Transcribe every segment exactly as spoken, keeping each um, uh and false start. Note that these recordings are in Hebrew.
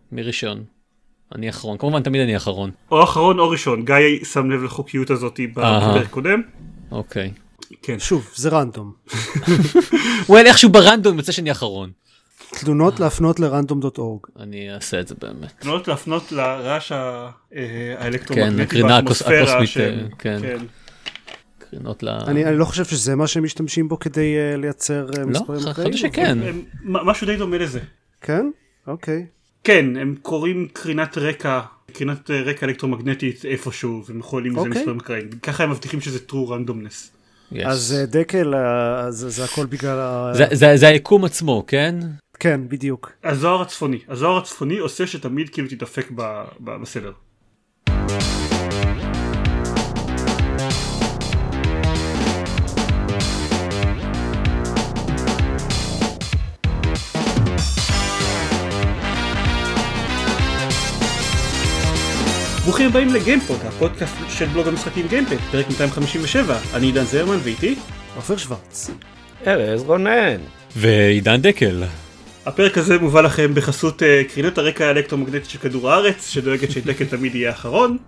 מראשון. אני אחרון. כמובן, תמיד אני אחרון. או אחרון או ראשון. גיא שם לב לחוקיות הזאת בפרק קודם. אוקיי. כן. שוב, זה רנדום. וואל, איכשהו ברנדום יוצא שאני אחרון. תלונות להפנות ל-רנדום דוט אורג. אני אעשה את זה באמת. תלונות להפנות לרעש כן, האלקטרומגנטי הקרינה באטמוספירה. הקוסמית, שהם- כן. כן. קרינות ל... אני אני לא חושב שזה מה שהם משתמשים בו כדי אה, לייצר אה, לא, מספרים אחרים. חשבתי שכן. הם- מ- משהו די דומה לזה. כן? אוקיי. כן, הם קוראים קרינת רקע, קרינת רקע אלקטרומגנטית איפשהו, והם יכולים לזה אוקיי. מספרים אקראיים. ככה הם מבטיחים שזה true randomness. Yes. אז אה, דקל, אה, זה זה הכל בגלל ה... זה- זה זה היקום עצמו, כן? כן, בדיוק. הזוהר הצפוני, הזוהר הצפוני עושה שתמיד כאילו תתאפק ב- ב- בסדר. ברוכים הבאים לגיימפוד, הפודקאסט של בלוג המשחקים גיימפד, פרק מאתיים חמישים ושבע. אני עידן זרמן ואיתי עופר שוורץ. ארז רונן. ועידן דקל. הפרק הזה מובא לכם בחסות uh, קרינת הרקע האלקטרומגנטית של כדור הארץ, שדואגת שדקל תמיד יהיה האחרון.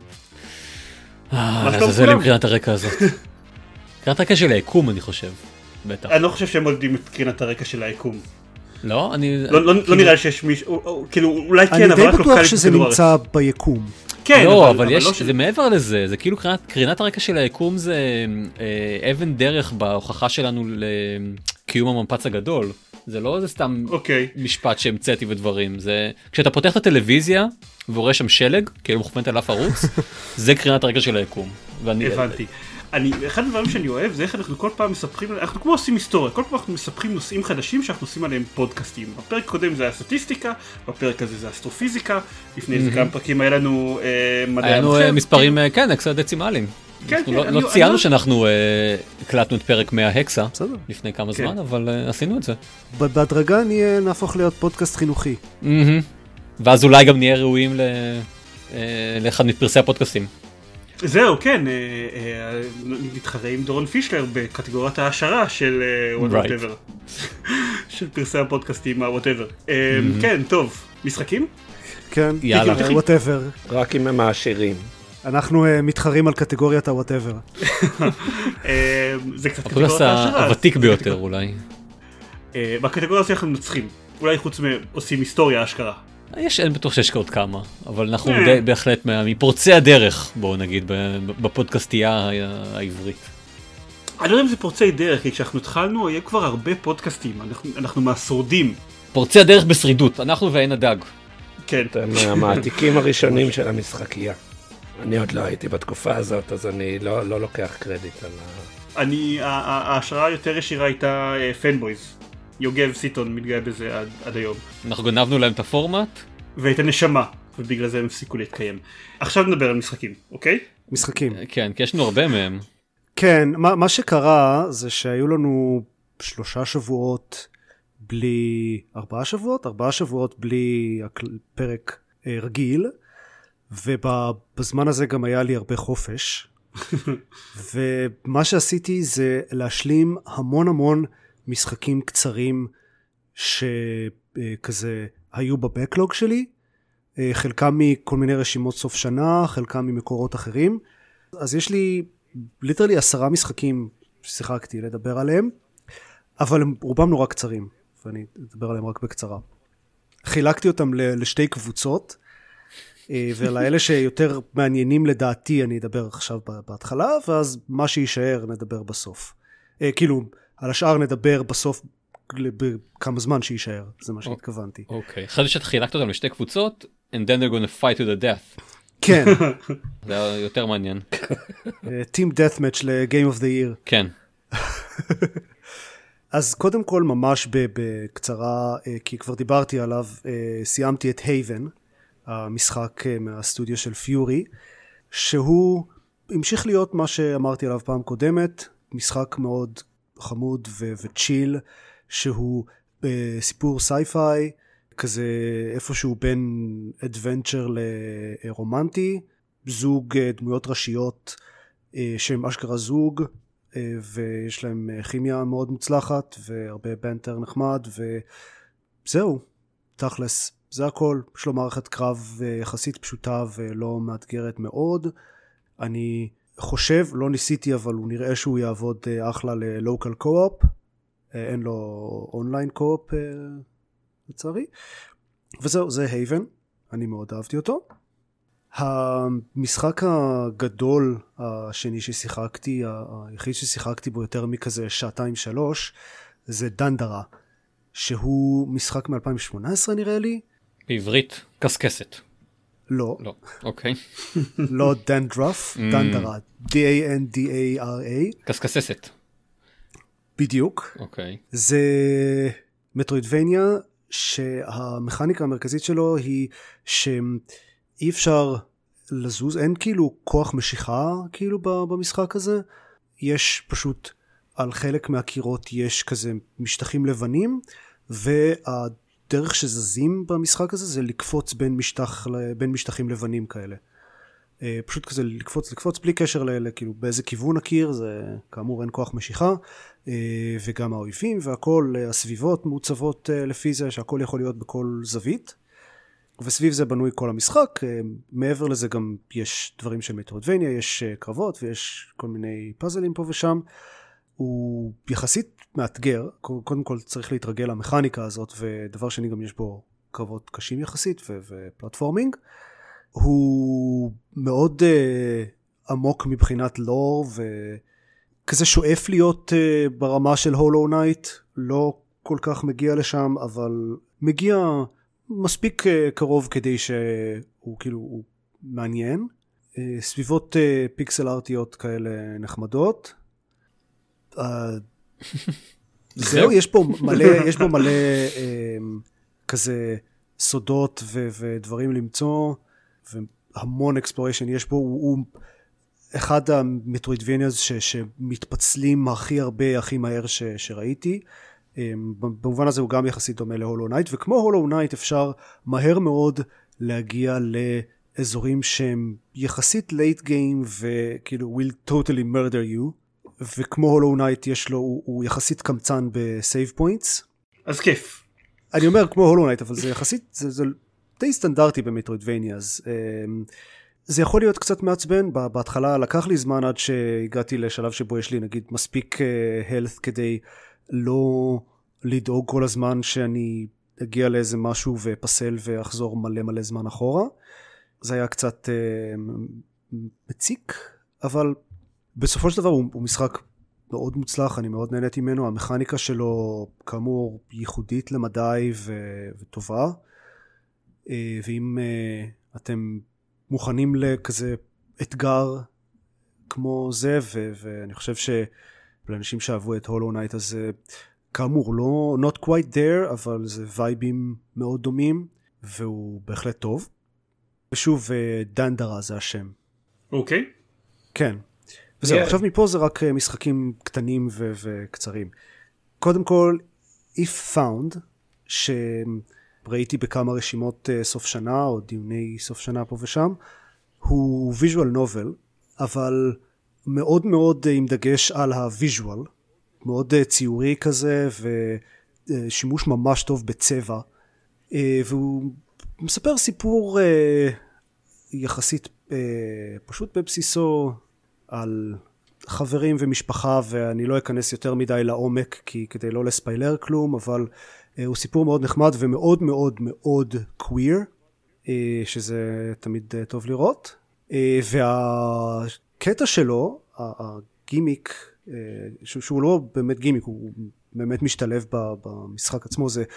אה, שלום זה כולם? עם קרינת הרקע הזאת. קרינת הרקע של היקום, אני חושב. בטח. אני לא חושב שהם יודעים את קרינת הרקע של היקום. לא? אני... לא, לא, לא כאילו- נראה לי שיש מישהו, או- או- כאילו אולי אני כן, אבל די רק בטוח לוקלית שזה בכדור הארץ. נמצא ביקום. כן, לא, אבל אבל יש, לא ש- זה מעבר לזה, זה כאילו קרינת, קרינת הרקע של היקום זה אה, אבן דרך בהוכחה שלנו לקיום המפץ הגדול. זה לא זה סתם אוקיי. משפט שהמצאתי ודברים, זה כשאתה פותח את הטלוויזיה ורואה שם שלג, כאילו מכוונת על אף ערוץ, זה קרינת הרקע של היקום. ואני, הבנתי. אני, אחד הדברים שאני אוהב זה איך אנחנו כל פעם מספרים, אנחנו כמו עושים היסטוריה, כל פעם אנחנו מספרים נושאים חדשים שאנחנו עושים עליהם פודקאסטים. בפרק קודם זה היה סטטיסטיקה, בפרק הזה זה אסטרופיזיקה, לפני זה כמה פרקים היה לנו אה, מדעי היה לנו המחשב. אה, מספרים, אה, כן, הקסדצימליים. כן, אנחנו כן, לא, אני- לא ציינו אני- שאנחנו אה, הקלטנו את פרק מאה הקסה בסדר. לפני כמה כן. זמן, אבל אה, עשינו את זה. ב- בהדרגה נהיה, נהפוך להיות פודקאסט חינוכי. מהמם. ואז אולי גם נהיה ראויים ל... אה, לאחד מפרסי הפודקאסטים. זהו, כן, אה, אה, נתחרה עם דורון פישלר בקטגוריית ההשערה של אה, Right. whatever. של פרסי הפודקאסטים, ה-whatever. אה, כן, טוב, משחקים? כן? יאללה. תתחיל. whatever. רק אם הם העשירים. אנחנו uh, מתחרים על קטגוריית ה-whatever. אה, זה קצת הפודקאסט קטגוריית ההשערה. הוותיק ביותר אולי. אה, בקטגוריה הזאת אנחנו מנצחים. אולי חוץ מעושים היסטוריה אשכרה. יש, אין בטוח שיש עוד כמה, אבל אנחנו אה. די- בהחלט מה- מפורצי הדרך, בואו נגיד, ב- בפודקאסטייה ה- העברית. אני לא יודע אם זה פורצי דרך, כי כשאנחנו התחלנו היה כבר הרבה פודקאסטים, אנחנו, אנחנו מהשורדים. פורצי הדרך בשרידות, אנחנו ועין הדג. כן. אתם המעתיקים הראשונים של המשחקייה. אני עוד לא הייתי בתקופה הזאת, אז אני לא, לא לוקח קרדיט על ה... אני, ה- ה- ההשראה היותר ישירה הייתה פנבויז. יוגב סיטון מתגאה בזה עד, עד היום. אנחנו גנבנו להם את הפורמט. ואת הנשמה, ובגלל זה הם הפסיקו להתקיים. עכשיו נדבר על משחקים, אוקיי? משחקים. כן, כי יש לנו הרבה מהם. כן, מה, מה שקרה זה שהיו לנו שלושה שבועות בלי, ארבעה שבועות? ארבעה שבועות בלי הקל- פרק אה, רגיל, ובזמן הזה גם היה לי הרבה חופש. ומה שעשיתי זה להשלים המון המון משחקים קצרים שכזה היו בבקלוג שלי, אה, חלקם מכל מיני רשימות סוף שנה, חלקם ממקורות אחרים. אז יש לי ליטרלי עשרה משחקים ששיחקתי לדבר עליהם, אבל הם רובם נורא קצרים, ואני אדבר עליהם רק בקצרה. חילקתי אותם ל- לשתי קבוצות, אה, ולאלה שיותר מעניינים לדעתי אני אדבר עכשיו ב- בהתחלה, ואז מה שישאר נדבר בסוף. אה, כאילו, על השאר נדבר בסוף בכמה זמן שישאר, זה מה שהתכוונתי. אוקיי. חשבתי שאתה חילקת אותם לשתי קבוצות, and then they're gonna fight to the death. כן, זה היה יותר מעניין. Team Deathmatch ל-Game of the Year. כן. אז קודם כל ממש בקצרה, כי כבר דיברתי עליו, סיימתי את Haven, המשחק מהסטודיו של פיורי, שהוא המשיך להיות מה שאמרתי עליו פעם קודמת, משחק מאוד חמוד ו- וצ'יל, שהוא סיפור סייפיי, כזה איפשהו בין אדוונצ'ר לרומנטי, זוג דמויות ראשיות שהם אשכרה זוג, ויש להם כימיה מאוד מוצלחת והרבה בנטר נחמד, וזהו, תכלס זה הכל. יש לו מערכת קרב יחסית פשוטה ולא מאתגרת מאוד. אני חושב, לא ניסיתי, אבל הוא נראה שהוא יעבוד אחלה ל-local co-op. אין לו אונליין co-op לצערי. וזהו, זה הייבן. אני מאוד אהבתי אותו. המשחק הגדול השני ששיחקתי, היחיד ששיחקתי בו יותר מכזה שעתיים שלוש, זה דנדרה, שהוא משחק מ-אלפיים שמונה עשרה נראה לי. בעברית, קסקסת. לא. לא, אוקיי. לא דנדרף, דנדרה. D-A-N-D-A-R-A. קסקססת. בדיוק. אוקיי. זה מטרוידבניה שהמכניקה המרכזית שלו היא שאי אפשר לזוז, אין כאילו כוח משיכה כאילו במשחק הזה. יש פשוט על חלק מהקירות יש כזה משטחים לבנים, והדרך שזזים במשחק הזה זה לקפוץ בין משטח, בין משטחים לבנים כאלה. פשוט כזה לקפוץ, לקפוץ בלי קשר ל, כאילו באיזה כיוון הקיר, זה כאמור אין כוח משיכה, וגם האויבים והכל, הסביבות מעוצבות לפי זה, שהכל יכול להיות בכל זווית, וסביב זה בנוי כל המשחק. מעבר לזה גם יש דברים של מטרוידבניה, יש קרבות ויש כל מיני פאזלים פה ושם. הוא יחסית מאתגר, קודם כל צריך להתרגל למכניקה הזאת, ודבר שני גם יש בו קרבות קשים יחסית ו- ופלטפורמינג. הוא מאוד uh, עמוק מבחינת לור, וכזה שואף להיות uh, ברמה של הולו נייט, לא כל כך מגיע לשם, אבל מגיע מספיק uh, קרוב כדי שהוא כאילו הוא מעניין. Uh, סביבות uh, פיקסל ארטיות כאלה נחמדות. Uh, זהו, יש פה מלא, יש בו מלא uh, כזה סודות ו- ודברים למצוא, והמון אקספלוריישן יש בו. הוא, הוא אחד המטרוידבניאז ש- שמתפצלים הכי הרבה, הכי מהר ש- שראיתי. Um, במובן הזה הוא גם יחסית דומה להולו נייט, וכמו הולו נייט אפשר מהר מאוד להגיע לאזורים שהם יחסית late game, וכאילו will totally murder you. וכמו הולו נייט יש לו, הוא, הוא יחסית קמצן בסייב פוינטס. אז כיף. אני אומר כמו הולו נייט, אבל זה יחסית, זה, זה די סטנדרטי במטרוידבניה, אז זה יכול להיות קצת מעצבן. בהתחלה לקח לי זמן עד שהגעתי לשלב שבו יש לי נגיד מספיק health כדי לא לדאוג כל הזמן שאני אגיע לאיזה משהו ופסל ואחזור מלא מלא זמן אחורה. זה היה קצת מציק, אבל בסופו של דבר הוא, הוא משחק מאוד מוצלח, אני מאוד נהניתי ממנו. המכניקה שלו כאמור ייחודית למדי ו- וטובה, ואם uh, אתם מוכנים לכזה אתגר כמו זה, ו- ואני חושב שלאנשים שאהבו את הולו נייט, אז uh, כאמור לא not quite there, אבל זה וייבים מאוד דומים, והוא בהחלט טוב. ושוב, uh, דנדרה זה השם. אוקיי. Okay. כן. וזהו, Yeah. עכשיו מפה זה רק משחקים קטנים ו- וקצרים. קודם כל, If Found, שראיתי בכמה רשימות סוף שנה, או דיוני סוף שנה פה ושם, הוא visual novel, אבל מאוד מאוד עם דגש על ה-visual, מאוד ציורי כזה, ושימוש ממש טוב בצבע, והוא מספר סיפור יחסית פשוט בבסיסו, על חברים ומשפחה, ואני לא אכנס יותר מדי לעומק כי כדי לא לספיילר כלום, אבל uh, הוא סיפור מאוד נחמד ומאוד מאוד מאוד קוויר, uh, שזה תמיד uh, טוב לראות. uh, והקטע שלו, הגימיק, uh, שהוא לא באמת גימיק, הוא באמת משתלב במשחק עצמו, זה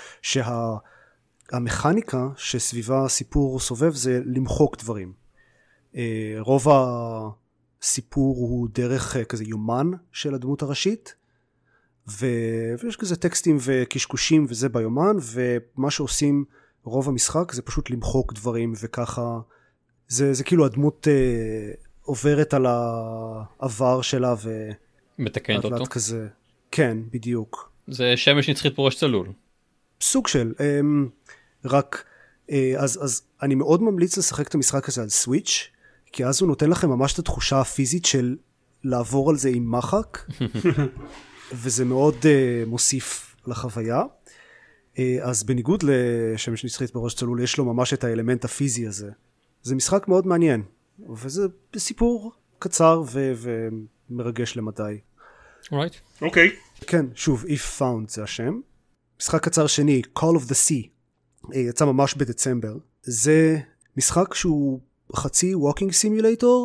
שהמכניקה שסביבה הסיפור סובב זה למחוק דברים. uh, רוב ה... סיפור הוא דרך כזה יומן של הדמות הראשית, ו... ויש כזה טקסטים וקשקושים וזה ביומן, ומה שעושים רוב המשחק זה פשוט למחוק דברים, וככה זה, זה כאילו הדמות אה, עוברת על העבר שלה ו... מתקנת אותו. כזה. כן, בדיוק. זה שמש נצחית פורש צלול. סוג של, אה, רק, אה, אז, אז אני מאוד ממליץ לשחק את המשחק הזה על סוויץ', כי אז הוא נותן לכם ממש את התחושה הפיזית של לעבור על זה עם מחק, וזה מאוד uh, מוסיף לחוויה. Uh, אז בניגוד לשמש נצחית בראש צלול, יש לו ממש את האלמנט הפיזי הזה. זה משחק מאוד מעניין, וזה סיפור קצר ו- ומרגש למדי. אורייט. אוקיי. כן, שוב, If Found זה השם. משחק קצר שני, Call of the Sea, יצא ממש בדצמבר. זה משחק שהוא חצי Walking Simulator,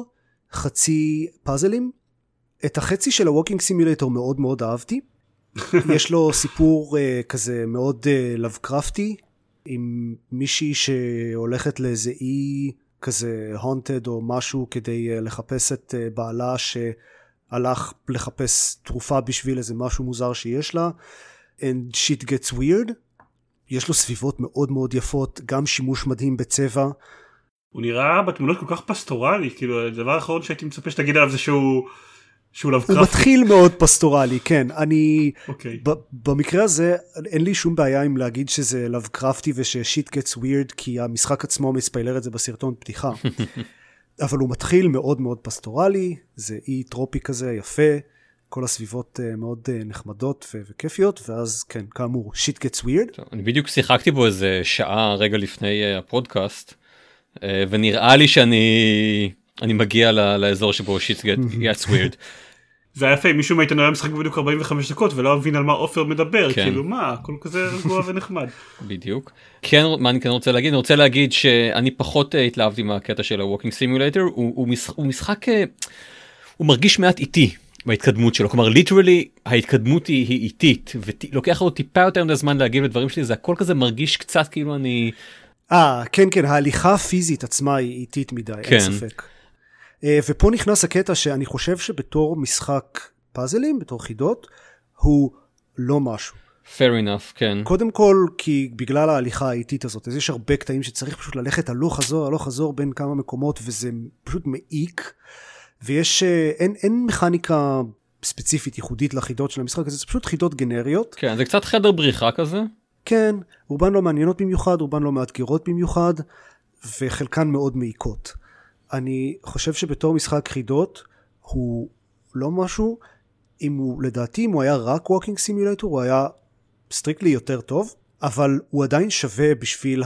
חצי פאזלים. את החצי של ה-Walking Simulator מאוד מאוד אהבתי. יש לו סיפור uh, כזה מאוד uh, לבקרפטי, עם מישהי שהולכת לאיזה אי כזה haunted או משהו כדי uh, לחפש את uh, בעלה שהלך לחפש תרופה בשביל איזה משהו מוזר שיש לה. And shit gets weird. יש לו סביבות מאוד מאוד יפות, גם שימוש מדהים בצבע. הוא נראה בתמונות כל כך פסטורלי, כאילו הדבר האחרון שהייתי מצפה שתגיד עליו זה שהוא... שהוא הוא מתחיל מאוד פסטורלי, כן. אני, okay. ב- במקרה הזה, אין לי שום בעיה עם להגיד שזה לבקרפטי וששיט gets weird, כי המשחק עצמו מספיילר את זה בסרטון פתיחה. אבל הוא מתחיל מאוד מאוד פסטורלי, זה אי טרופי כזה, יפה, כל הסביבות uh, מאוד uh, נחמדות ו- וכיפיות, ואז כן, כאמור, שיט gets weird. טוב, אני בדיוק שיחקתי בו איזה שעה רגע לפני uh, הפודקאסט, uh, ונראה לי שאני אני מגיע ל- לאזור שבו שיט gets weird. זה היה יפה, מישהו מאיתנו היה משחק בדיוק ארבעים וחמש דקות ולא מבין על מה אופר מדבר, כן. כאילו מה, הכל כזה רגוע ונחמד. בדיוק. כן, מה אני כן רוצה להגיד? אני רוצה להגיד שאני פחות התלהבתי מהקטע של ה-Walking Simulator, הוא, הוא, משחק, הוא משחק, הוא מרגיש מעט איטי בהתקדמות שלו, כלומר ליטרלי ההתקדמות היא, היא איטית, ולוקח לו טיפה יותר מדי זמן להגיב לדברים שלי, זה הכל כזה מרגיש קצת כאילו אני... אה, כן, כן, ההליכה הפיזית עצמה היא איטית מדי, כן. אין ספק. ופה נכנס הקטע שאני חושב שבתור משחק פאזלים, בתור חידות, הוא לא משהו. fair enough, כן. קודם כל, כי בגלל ההליכה האיטית הזאת, אז יש הרבה קטעים שצריך פשוט ללכת הלוך חזור, הלוך חזור בין כמה מקומות, וזה פשוט מעיק, ויש, אין, אין מכניקה ספציפית ייחודית לחידות של המשחק, זה פשוט חידות גנריות. כן, זה קצת חדר בריחה כזה. כן, רובן לא מעניינות במיוחד, רובן לא מאתגרות במיוחד, וחלקן מאוד מעיקות. אני חושב שבתור משחק חידות הוא לא משהו, אם הוא לדעתי אם הוא היה רק Walking Simulator הוא היה סטריקלי יותר טוב, אבל הוא עדיין שווה בשביל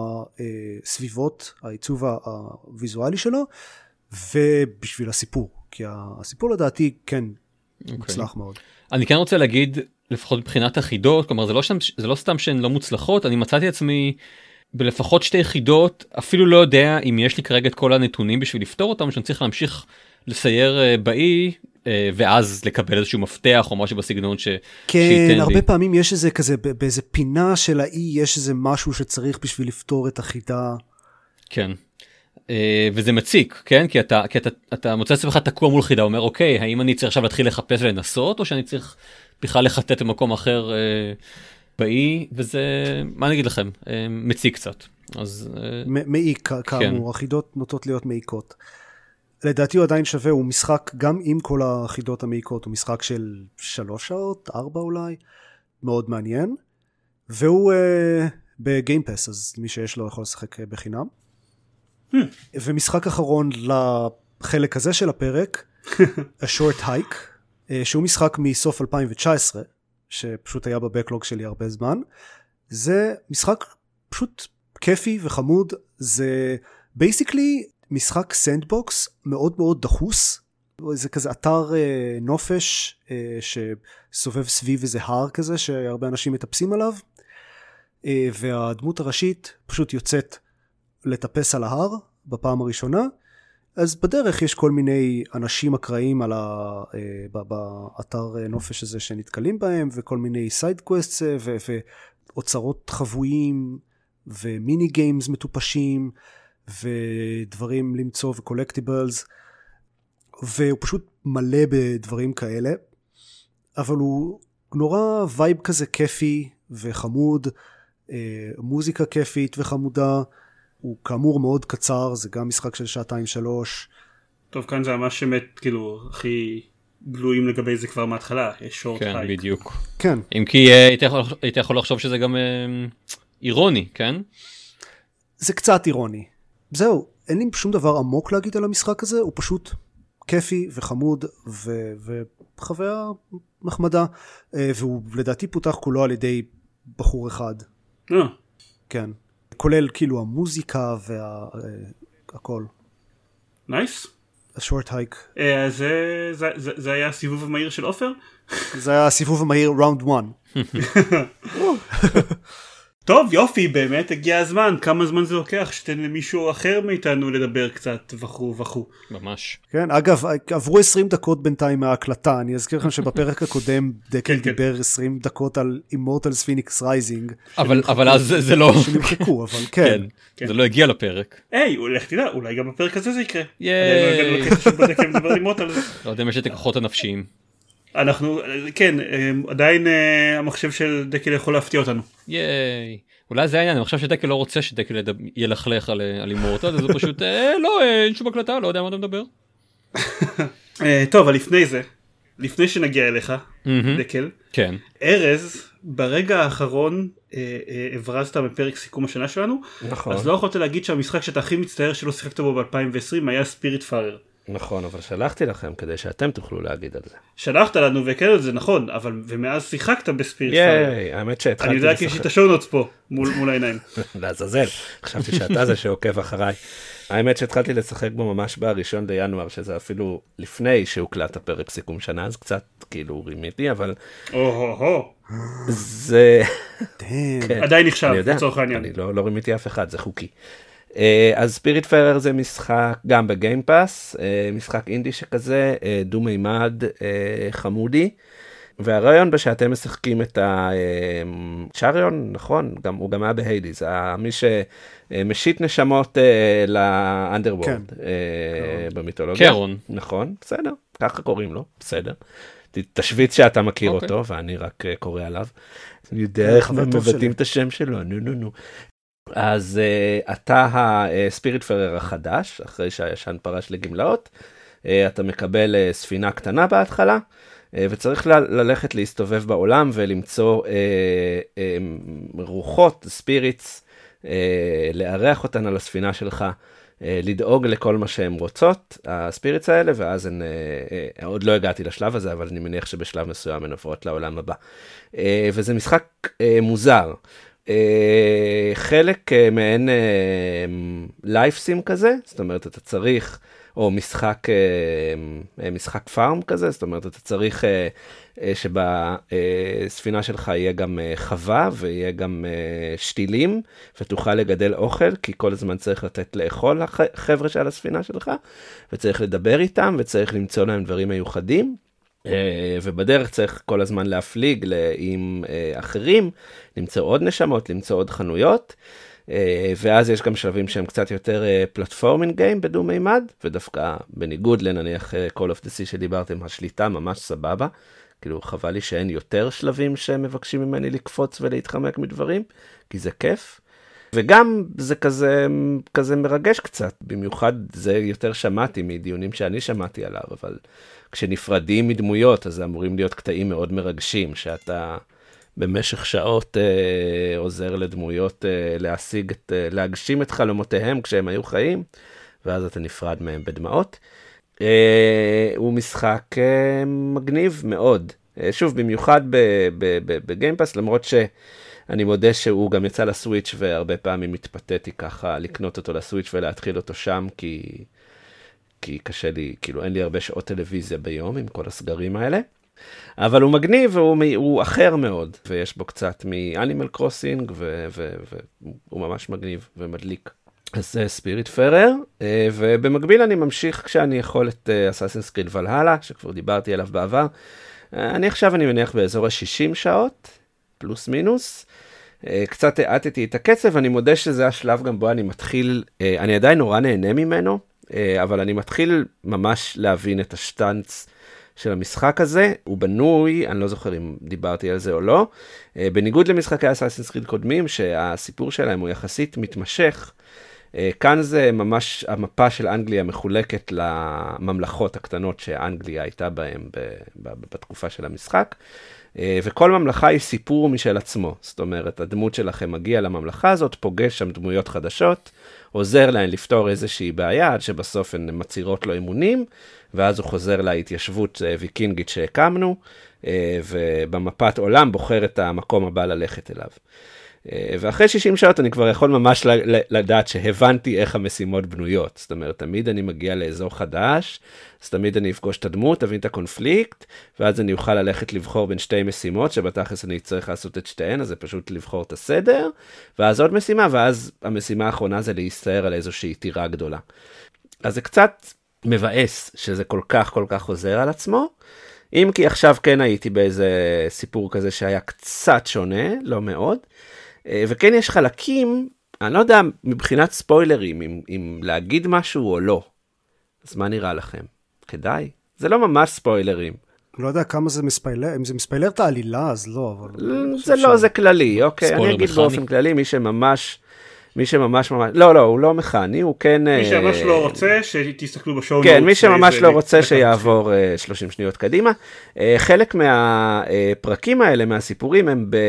הסביבות, העיצוב הוויזואלי שלו ובשביל הסיפור, כי הסיפור לדעתי כן מוצלח מאוד. אני כן רוצה להגיד לפחות מבחינת החידות, כלומר זה לא, זה לא סתם שהן לא מוצלחות, אני מצאתי עצמי בלפחות שתי חידות, אפילו לא יודע אם יש לי כרגע את כל הנתונים בשביל לפתור אותם, שאני צריך להמשיך לסייר באי, ואז לקבל איזשהו מפתח או משהו בסגנון ש... כן, הרבה לי. פעמים יש איזה כזה, באיזה פינה של האי, יש איזה משהו שצריך בשביל לפתור את החידה. כן, וזה מציק, כן? כי אתה, כי אתה, אתה מוצא עצמך תקוע מול חידה, אומר, אוקיי, האם אני צריך עכשיו להתחיל לחפש ולנסות, או שאני צריך בכלל לחטט במקום אחר... באי, וזה, מה אני אגיד לכם, מציק קצת. אז... מעיק, כאמור, החידות נוטות להיות מעיקות. לדעתי הוא עדיין שווה, הוא משחק, גם עם כל החידות המעיקות, הוא משחק של שלוש שעות, ארבע אולי, מאוד מעניין, והוא בגיימפס, אז מי שיש לו יכול לשחק בחינם. ומשחק אחרון לחלק הזה של הפרק, A Short Hike, שהוא משחק מסוף אלפיים תשע עשרה, שפשוט היה בבקלוג שלי הרבה זמן. זה משחק פשוט כיפי וחמוד, זה basically משחק סנדבוקס מאוד מאוד דחוס, זה כזה אתר אה, נופש אה, שסובב סביב איזה הר כזה שהרבה אנשים מטפסים עליו, אה, והדמות הראשית פשוט יוצאת לטפס על ההר בפעם הראשונה, אז בדרך יש כל מיני אנשים אקראיים על ה, אה, באתר נופש הזה שנתקלים בהם, וכל מיני סייד קווסטס ואוצרות חבויים ומיני גיימס מטופשים ודברים למצוא וקולקטיבלס, והוא פשוט מלא בדברים כאלה, אבל הוא נורא וייב כזה כיפי וחמוד, אה, מוזיקה כיפית וחמודה, הוא כאמור מאוד קצר, זה גם משחק של שעתיים שלוש. טוב, כאן זה ממש באמת, כאילו, הכי גלויים לגבי זה כבר מההתחלה, יש שורט כן, הייק. בדיוק. כן. אם כי הייתי יכול, הייתי יכול לחשוב שזה גם אה, אירוני, כן? זה קצת אירוני. זהו, אין לי שום דבר עמוק להגיד על המשחק הזה, הוא פשוט כיפי וחמוד ו- וחוויה נחמדה, והוא לדעתי פותח כולו על ידי בחור אחד. אה, כן. כולל כאילו המוזיקה והכל. נייס. השורט הייק. אה, זה, זה, זה, זה היה הסיבוב המהיר של עופר? זה היה הסיבוב המהיר ראונד אחת. טוב, יופי, באמת הגיע הזמן. כמה זמן זה לוקח שתן למישהו אחר מאיתנו לדבר קצת וכו' וכו'. ממש. כן, אגב, עברו עשרים דקות בינתיים מההקלטה. אני אזכיר לכם שבפרק הקודם דקל דיבר עשרים דקות על Immortals Phoenix Rising. אבל, אבל אז זה לא... שנמחקו, אבל כן. כן, זה לא הגיע לפרק. היי, לך תדע, אולי גם בפרק הזה זה יקרה. ייי. עדיין לא הגענו לקטע שבדקל מדבר לימות על זה. לא יודע אם יש את הכוחות הנפשיים. אנחנו, כן, עדיין המחשב של דקל יכול להפתיע אותנו. ייי. אולי זה העניין, אני חושב שדקל לא רוצה שדקל ילכלך על אימורטל, אז הוא פשוט, לא, אין שום הקלטה, לא יודע מה אתה מדבר. טוב, אבל לפני זה, לפני שנגיע אליך, דקל, כן. ארז, ברגע האחרון הברזת בפרק סיכום השנה שלנו, נכון. אז לא יכולת להגיד שהמשחק שאתה הכי מצטער שלא שיחקת בו ב-אלפיים ועשרים היה ספיריט פארר. נכון, אבל שלחתי לכם כדי שאתם תוכלו להגיד על זה. שלחת לנו וכן זה נכון, אבל ומאז שיחקת בספיריט פארר. ייי, האמת שהתחלתי אני יודע כי יש לי את השונוטס פה מול, מול העיניים. לעזאזל, חשבתי שאתה זה שעוקב אחריי. האמת שהתחלתי לשחק בו ממש בראשון לינואר, שזה אפילו לפני שהוקלט הפרק סיכום שנה, אז קצת כאילו רימיתי, אבל או-הו-הו. זה... כן. עדיין נחשב, לצורך העניין. אני לא, לא רימיתי אף אחד, זה חוקי. אז ספיריט פארר זה משחק גם בגיימפאס, משחק אינדי שכזה, דו מימד חמודי, והרעיון בשאתם משחקים את הצ'אריון, נכון? גם, הוא גם היה בהיידיז, מי שמשית נשמות לאנדרוורד במיתולוגיה. קרון. נכון, בסדר, ככה קוראים לו, בסדר. תשוויץ שאתה מכיר אותו, ואני רק קורא עליו. אני יודע איך מבטאים את השם שלו, נו נו נו. אז uh, אתה הספיריט פארר החדש, אחרי שהישן פרש לגמלאות, uh, אתה מקבל uh, ספינה קטנה בהתחלה, uh, וצריך ל- ללכת להסתובב בעולם ולמצוא uh, uh, רוחות, ספיריטס, uh, לארח אותן על הספינה שלך, uh, לדאוג לכל מה שהן רוצות, הספיריטס האלה, ואז הן, uh, uh, עוד לא הגעתי לשלב הזה, אבל אני מניח שבשלב מסוים הן עוברות לעולם הבא. Uh, וזה משחק uh, מוזר. Uh, חלק uh, מעין לייפסים uh, כזה, זאת אומרת אתה צריך, או משחק, uh, uh, משחק פארם כזה, זאת אומרת אתה צריך uh, uh, שבספינה uh, שלך יהיה גם uh, חווה ויהיה גם uh, שתילים, ותוכל לגדל אוכל, כי כל הזמן צריך לתת לאכול לחבר'ה של הספינה שלך, וצריך לדבר איתם, וצריך למצוא להם דברים מיוחדים. Uh, ובדרך צריך כל הזמן להפליג עם uh, אחרים, למצוא עוד נשמות, למצוא עוד חנויות, uh, ואז יש גם שלבים שהם קצת יותר פלטפורמינג גיים בדו מימד, ודווקא בניגוד לנניח uh, Call of the Sea שדיברתם, השליטה ממש סבבה, כאילו חבל לי שאין יותר שלבים שמבקשים ממני לקפוץ ולהתחמק מדברים, כי זה כיף. וגם זה כזה, כזה מרגש קצת, במיוחד זה יותר שמעתי מדיונים שאני שמעתי עליו, אבל כשנפרדים מדמויות, אז זה אמורים להיות קטעים מאוד מרגשים, שאתה במשך שעות אה, עוזר לדמויות אה, להשיג את, אה, להגשים את חלומותיהם כשהם היו חיים, ואז אתה נפרד מהם בדמעות. אה, הוא משחק אה, מגניב מאוד, אה, שוב, במיוחד בגיימפאס, למרות ש... אני מודה שהוא גם יצא לסוויץ' והרבה פעמים מתפתתי ככה לקנות אותו לסוויץ' ולהתחיל אותו שם, כי, כי קשה לי, כאילו אין לי הרבה שעות טלוויזיה ביום עם כל הסגרים האלה. אבל הוא מגניב והוא הוא אחר מאוד, ויש בו קצת מאנימל קרוסינג, והוא ממש מגניב ומדליק. אז זה ספיריט פארר, ובמקביל אני ממשיך כשאני יכול את אסאסינס קריד ולהלה, שכבר דיברתי עליו בעבר. אני עכשיו אני מניח באזור ה-שישים שעות, פלוס מינוס, קצת העטתי את הקצב, אני מודה שזה השלב גם בו אני מתחיל, אני עדיין נורא נהנה ממנו, אבל אני מתחיל ממש להבין את השטנץ של המשחק הזה, הוא בנוי, אני לא זוכר אם דיברתי על זה או לא, בניגוד למשחקי אסאסינס קריד קודמים, שהסיפור שלהם הוא יחסית מתמשך, כאן זה ממש המפה של אנגליה מחולקת לממלכות הקטנות שאנגליה הייתה בהן בתקופה של המשחק, וכל ממלכה היא סיפור משל עצמו, זאת אומרת, הדמות שלכם מגיע לממלכה הזאת, פוגש שם דמויות חדשות, עוזר להן לפתור איזושהי בעיה, עד שבסוף הן מצירות לו אמונים, ואז הוא חוזר להתיישבות ויקינגית שהקמנו, ובמפת עולם בוחר את המקום הבא ללכת אליו. ואחרי שישים שעות אני כבר יכול ממש לדעת שהבנתי איך המשימות בנויות. זאת אומרת, תמיד אני מגיע לאזור חדש, אז תמיד אני אפגוש את הדמות, תבין את הקונפליקט, ואז אני אוכל ללכת לבחור בין שתי משימות, שבתכלס אני צריך לעשות את שתיהן, אז זה פשוט לבחור את הסדר, ואז עוד משימה, ואז המשימה האחרונה זה להסתער על איזושהי טירה גדולה. אז זה קצת מבאס שזה כל כך כל כך חוזר על עצמו, אם כי עכשיו כן הייתי באיזה סיפור כזה שהיה קצת שונה, לא מאוד, וכן יש חלקים, אני לא יודע מבחינת ספוילרים, אם, אם להגיד משהו או לא. אז מה נראה לכם? כדאי? זה לא ממש ספוילרים. לא יודע כמה זה מספיילר, אם זה מספיילר את העלילה, אז לא. אבל זה לא, זה כללי, אוקיי. אני אגיד באופן כללי, מי שממש, מי שממש ממש, לא, לא, הוא לא מכני, הוא כן... מי שממש לא רוצה, שתסתכלו בשואו נוטס. כן, מי שממש לא רוצה שיעבור שלושים שניות קדימה. חלק מהפרקים האלה, מהסיפורים, הם ב...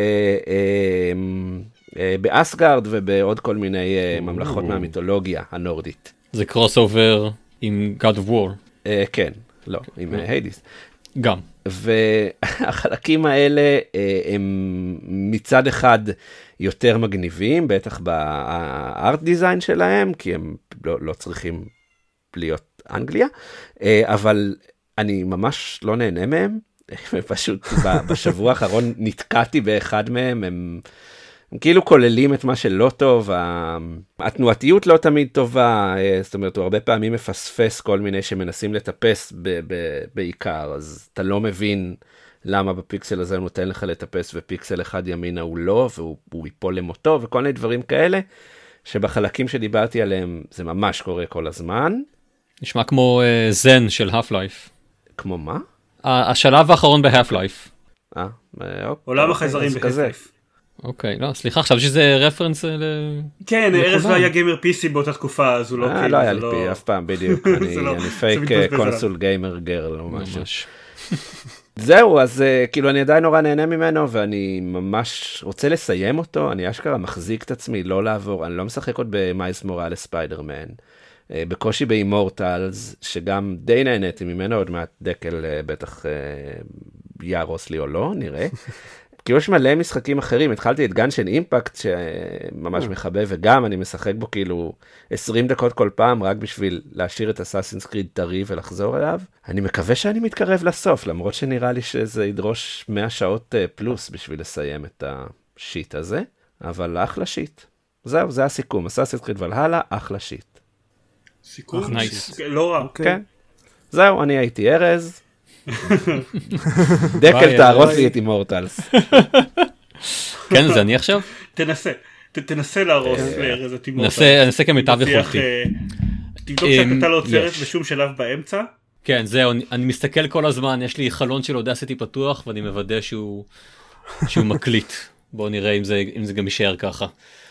באסגרד ובעוד כל מיני ממלכות מהמיתולוגיה הנורדית. זה קרוס אובר עם God of War. כן, לא, עם היידיס. גם. והחלקים האלה הם מצד אחד יותר מגניבים, בטח בארט דיזיין שלהם, כי הם לא, לא צריכים להיות אנגליה, אבל אני ממש לא נהנה מהם, פשוט בשבוע האחרון נתקעתי באחד מהם, הם... הם כאילו כוללים את מה שלא טוב, התנועתיות לא תמיד טובה, זאת אומרת, הוא הרבה פעמים מפספס כל מיני שמנסים לטפס ב- ב- בעיקר, אז אתה לא מבין למה בפיקסל הזה הוא נותן לך לטפס, ופיקסל אחד ימינה הוא לא, והוא ייפול למותו, וכל מיני דברים כאלה, שבחלקים שדיברתי עליהם זה ממש קורה כל הזמן. נשמע כמו זן uh, של Half-Life. כמו מה? השלב האחרון ב-Half-Life. אה, אוקיי. עולם החייזרים ב-Half-Life. אוקיי, לא, סליחה, חשבתי שזה רפרנס ל... כן, ארז לא היה גיימר פי סי באותה תקופה, אז הוא לא... אה, לא היה לי פי, אף פעם, בדיוק. אני פייק קונסול גיימר גרל או משהו. זהו, אז כאילו אני עדיין נורא נהנה ממנו, ואני ממש רוצה לסיים אותו, אני אשכרה מחזיק את עצמי, לא לעבור, אני לא משחק עוד במייס מוראלס ספיידרמן, בקושי באימורטלס, שגם די נהניתי ממנו, עוד מעט דקל בטח יארוס לי או לא, נראה. כאילו יש מלא משחקים אחרים, התחלתי את גנשן אימפקט שממש מחבב, וגם אני משחק בו כאילו עשרים דקות כל פעם, רק בשביל להשאיר את אסאסינס קריד טרי ולחזור אליו. אני מקווה שאני מתקרב לסוף, למרות שנראה לי שזה ידרוש מאה שעות פלוס בשביל לסיים את השיט הזה, אבל אחלה שיט. זהו, זה הסיכום, אסאסינס קריד ולהלה, אחלה שיט. סיכום? לא רע. כן. זהו, אני הייתי ארז. דקל תערוס לי את אימורטלס. כן, זה אני עכשיו? תנסה, תנסה להרוס לארז את אימורטלס. ננסה כמיטב יכולתי. תבדוק שאתה לא עוצרת בשום שלב באמצע. כן, זהו, אני מסתכל כל הזמן, יש לי חלון של אודסיטי פתוח, ואני מוודא שהוא מקליט. בואו נראה אם זה גם יישאר ככה.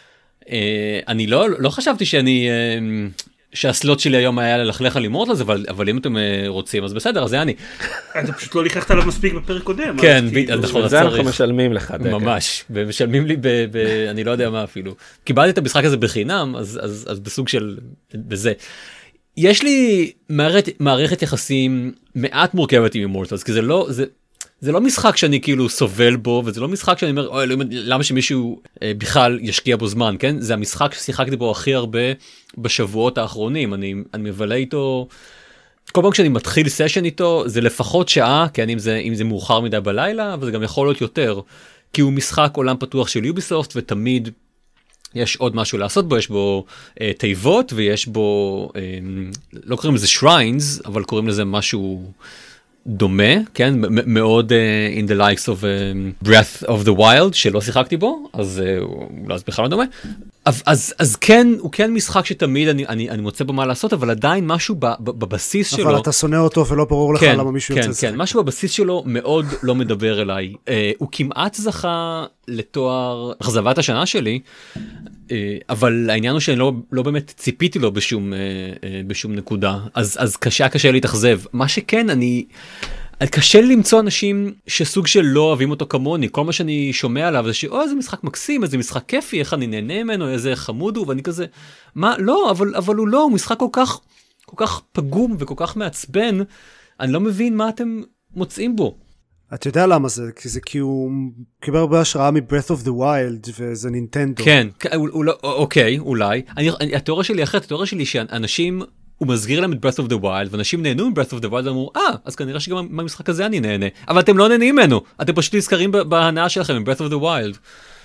אני לא חשבתי שאני... שהסלוט שלי היום היה ללכלך על אימורטלס, אבל, אבל אם אתם רוצים, אז בסדר, אז זה אני. אתה פשוט לא לקחת עליו מספיק בפרק קודם. כן, נכון, זה אנחנו משלמים לך. ממש, ומשלמים לי ב, ב, אני לא יודע מה אפילו. קיבלתי את המשחק הזה בחינם, אז, אז, אז בסוג של, בזה. יש לי מערכת, מערכת יחסים מעט מורכבת עם אימורטלס, כי זה לא, זה, זה לא משחק שאני כאילו סובל בו, וזה לא משחק שאני אומר, אוי, למה שמישהו אה, בכלל ישקיע בו זמן, כן? זה המשחק ששיחקתי בו הכי הרבה בשבועות האחרונים. אני, אני מבלה איתו, כל פעם כשאני מתחיל סשן איתו, זה לפחות שעה, כן, אם זה, אם זה מאוחר מדי בלילה, אבל זה גם יכול להיות יותר, כי הוא משחק עולם פתוח של יוביסופט, ותמיד יש עוד משהו לעשות בו, יש בו אה, תיבות, ויש בו, אה, לא קוראים לזה שריינס, אבל קוראים לזה משהו... דומה, כן, מאוד uh, in the likes of uh, Breath of the Wild, שלא שיחקתי בו, אז uh, לא, אז בכלל לא דומה. אז, אז, אז כן, הוא כן משחק שתמיד אני, אני, אני מוצא בו מה לעשות, אבל עדיין משהו ב, ב, בבסיס אבל שלו... אבל אתה שונא אותו ולא ברור לך כן, למה מישהו כן, יוצא לשחק. כן, משהו בבסיס שלו מאוד לא מדבר אליי. Uh, הוא כמעט זכה לתואר אכזבת השנה שלי, uh, אבל העניין הוא שאני לא, לא באמת ציפיתי לו בשום, uh, uh, בשום נקודה, אז, אז קשה, קשה להתאכזב. מה שכן, אני... קשה לי למצוא אנשים שסוג של לא אוהבים אותו כמוני, כל מה שאני שומע עליו זה שאו איזה משחק מקסים, איזה משחק כיפי, איך אני נהנה ממנו, איזה חמוד הוא, ואני כזה, מה, לא, אבל, אבל הוא לא, הוא משחק כל כך, כל כך פגום וכל כך מעצבן, אני לא מבין מה אתם מוצאים בו. אתה יודע למה זה? כי זה כי הוא קיבל הרבה השראה מ-Breath of the Wild, וזה נינטנדו. כן, אוקיי, אולי. התיאוריה שלי אחרת, התיאוריה שלי שאנשים, הוא מסגיר להם את Breath of the Wild, ואנשים נהנו מ-Breath of the Wild, ואמרו, אה, אז כנראה שגם במשחק הזה אני נהנה. אבל אתם לא נהנים ממנו, אתם פשוט נזכרים בהנאה שלכם עם Breath of the Wild.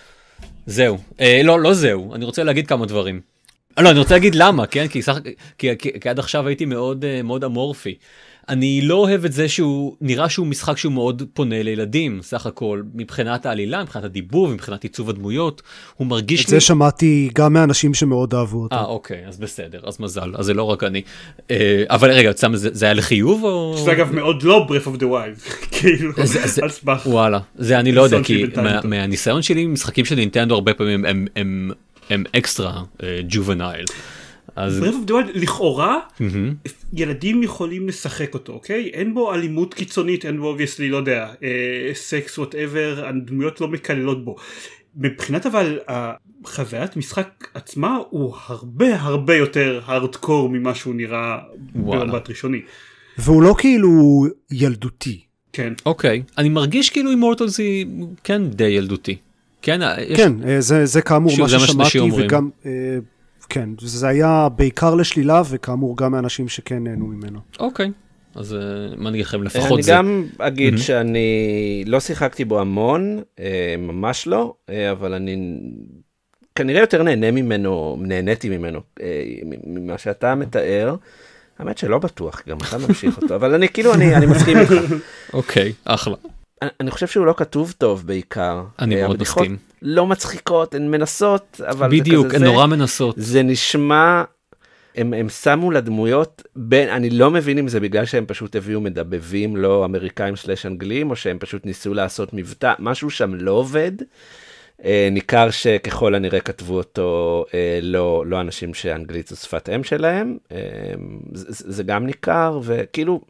זהו. לא, לא זהו. אני רוצה להגיד כמה דברים. לא, אני רוצה להגיד למה, כן? כי עד עכשיו הייתי מאוד אמורפי. אני לא אוהב את זה שהוא, נראה שהוא משחק שהוא מאוד פונה לילדים, סך הכל, מבחינת העלילה, מבחינת הדיבור, מבחינת עיצוב הדמויות, הוא מרגיש לי... את זה שמעתי גם מאנשים שמאוד אהבו אותו. אה, אוקיי, אז בסדר, אז מזל, אז זה לא רק אני. אבל רגע, זה היה לחיוב או... שזה אגב מאוד לא Breath of the Wild, כאילו, על סמך. וואלה, זה אני לא יודע, כי מהניסיון שלי, משחקים של נינטנדו הרבה פעמים הם אקסטרה ג'ובנייל. Breath of the Wild, לכאורה, ילדים יכולים לשחק אותו, אוקיי? אין בו אלימות קיצונית, אין בו, obviously, לא יודע, סקס, whatever, הדמויות לא מקללות בו. מבחינת אבל, החוויית משחק עצמה הוא הרבה הרבה יותר הארדקור ממה שהוא נראה במבט ראשוני. והוא לא כאילו ילדותי. כן. אוקיי, אני מרגיש כאילו אימורטלס היא כן די ילדותי. כן, זה כאמור מה ששמעתי וגם... כן, זה היה בעיקר לשלילה, וכאמור גם מאנשים שכן נהנו ממנו. אוקיי, אז מה נגיד לכם לפחות זה? אני גם אגיד שאני לא שיחקתי בו המון, ממש לא, אבל אני כנראה יותר נהנה ממנו, נהניתי ממנו, ממה שאתה מתאר. האמת שלא בטוח, גם אתה ממשיך אותו, אבל אני כאילו, אני מסכים איתך. אוקיי, אחלה. אני חושב שהוא לא כתוב טוב בעיקר. אני מאוד מסכים. לא מצחיקות, הן מנסות, אבל בדיוק, הן נורא מנסות. זה נשמע, הם, הם שמו לדמויות, בין, אני לא מבין אם זה בגלל שהם פשוט הביאו מדבבים, לא אמריקאים סלש אנגלים, או שהם פשוט ניסו לעשות מבטא, משהו שם לא עובד. אה, ניכר שככל הנראה כתבו אותו, אה, לא, לא אנשים שאנגלית זו שפת אם שלהם, אה, זה, זה גם ניכר, וכאילו,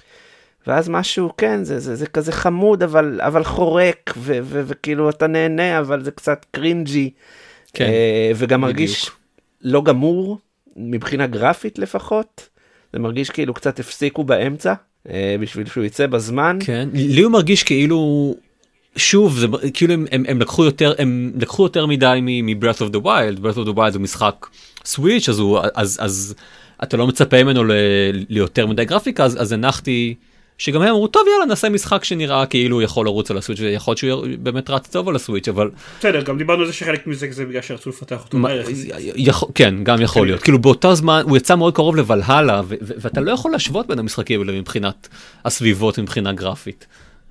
ואז משהו, כן, זה, זה, זה כזה חמוד, אבל, אבל חורק, ו, ו, וכאילו אתה נהנה, אבל זה קצת קרינג'י, כן, אה, וגם בדיוק. מרגיש לא גמור, מבחינה גרפית לפחות, זה מרגיש כאילו קצת הפסיקו באמצע, אה, בשביל שהוא יצא בזמן. כן, לי הוא מרגיש כאילו, שוב, זה, כאילו הם, הם, הם, לקחו יותר, הם לקחו יותר מדי מ-Breath of the Wild, Breath of the Wild הוא משחק סוויץ', אז, הוא, אז, אז אתה לא מצפה ממנו ל, ליותר מדי גרפיקה, אז, אז הנחתי... שגם הם אמרו, טוב יאללה, נעשה משחק שנראה כאילו הוא יכול לרוץ על הסוויץ' ויכול להיות שהוא באמת רץ טוב על הסוויץ', אבל... בסדר, גם דיברנו על זה שחלק מזה זה בגלל שרצו לפתח אותו בערך. כן, גם יכול להיות. כאילו באותה זמן, הוא יצא מאוד קרוב לבלהלה, ואתה לא יכול להשוות בין המשחקים האלה מבחינת הסביבות, מבחינה גרפית.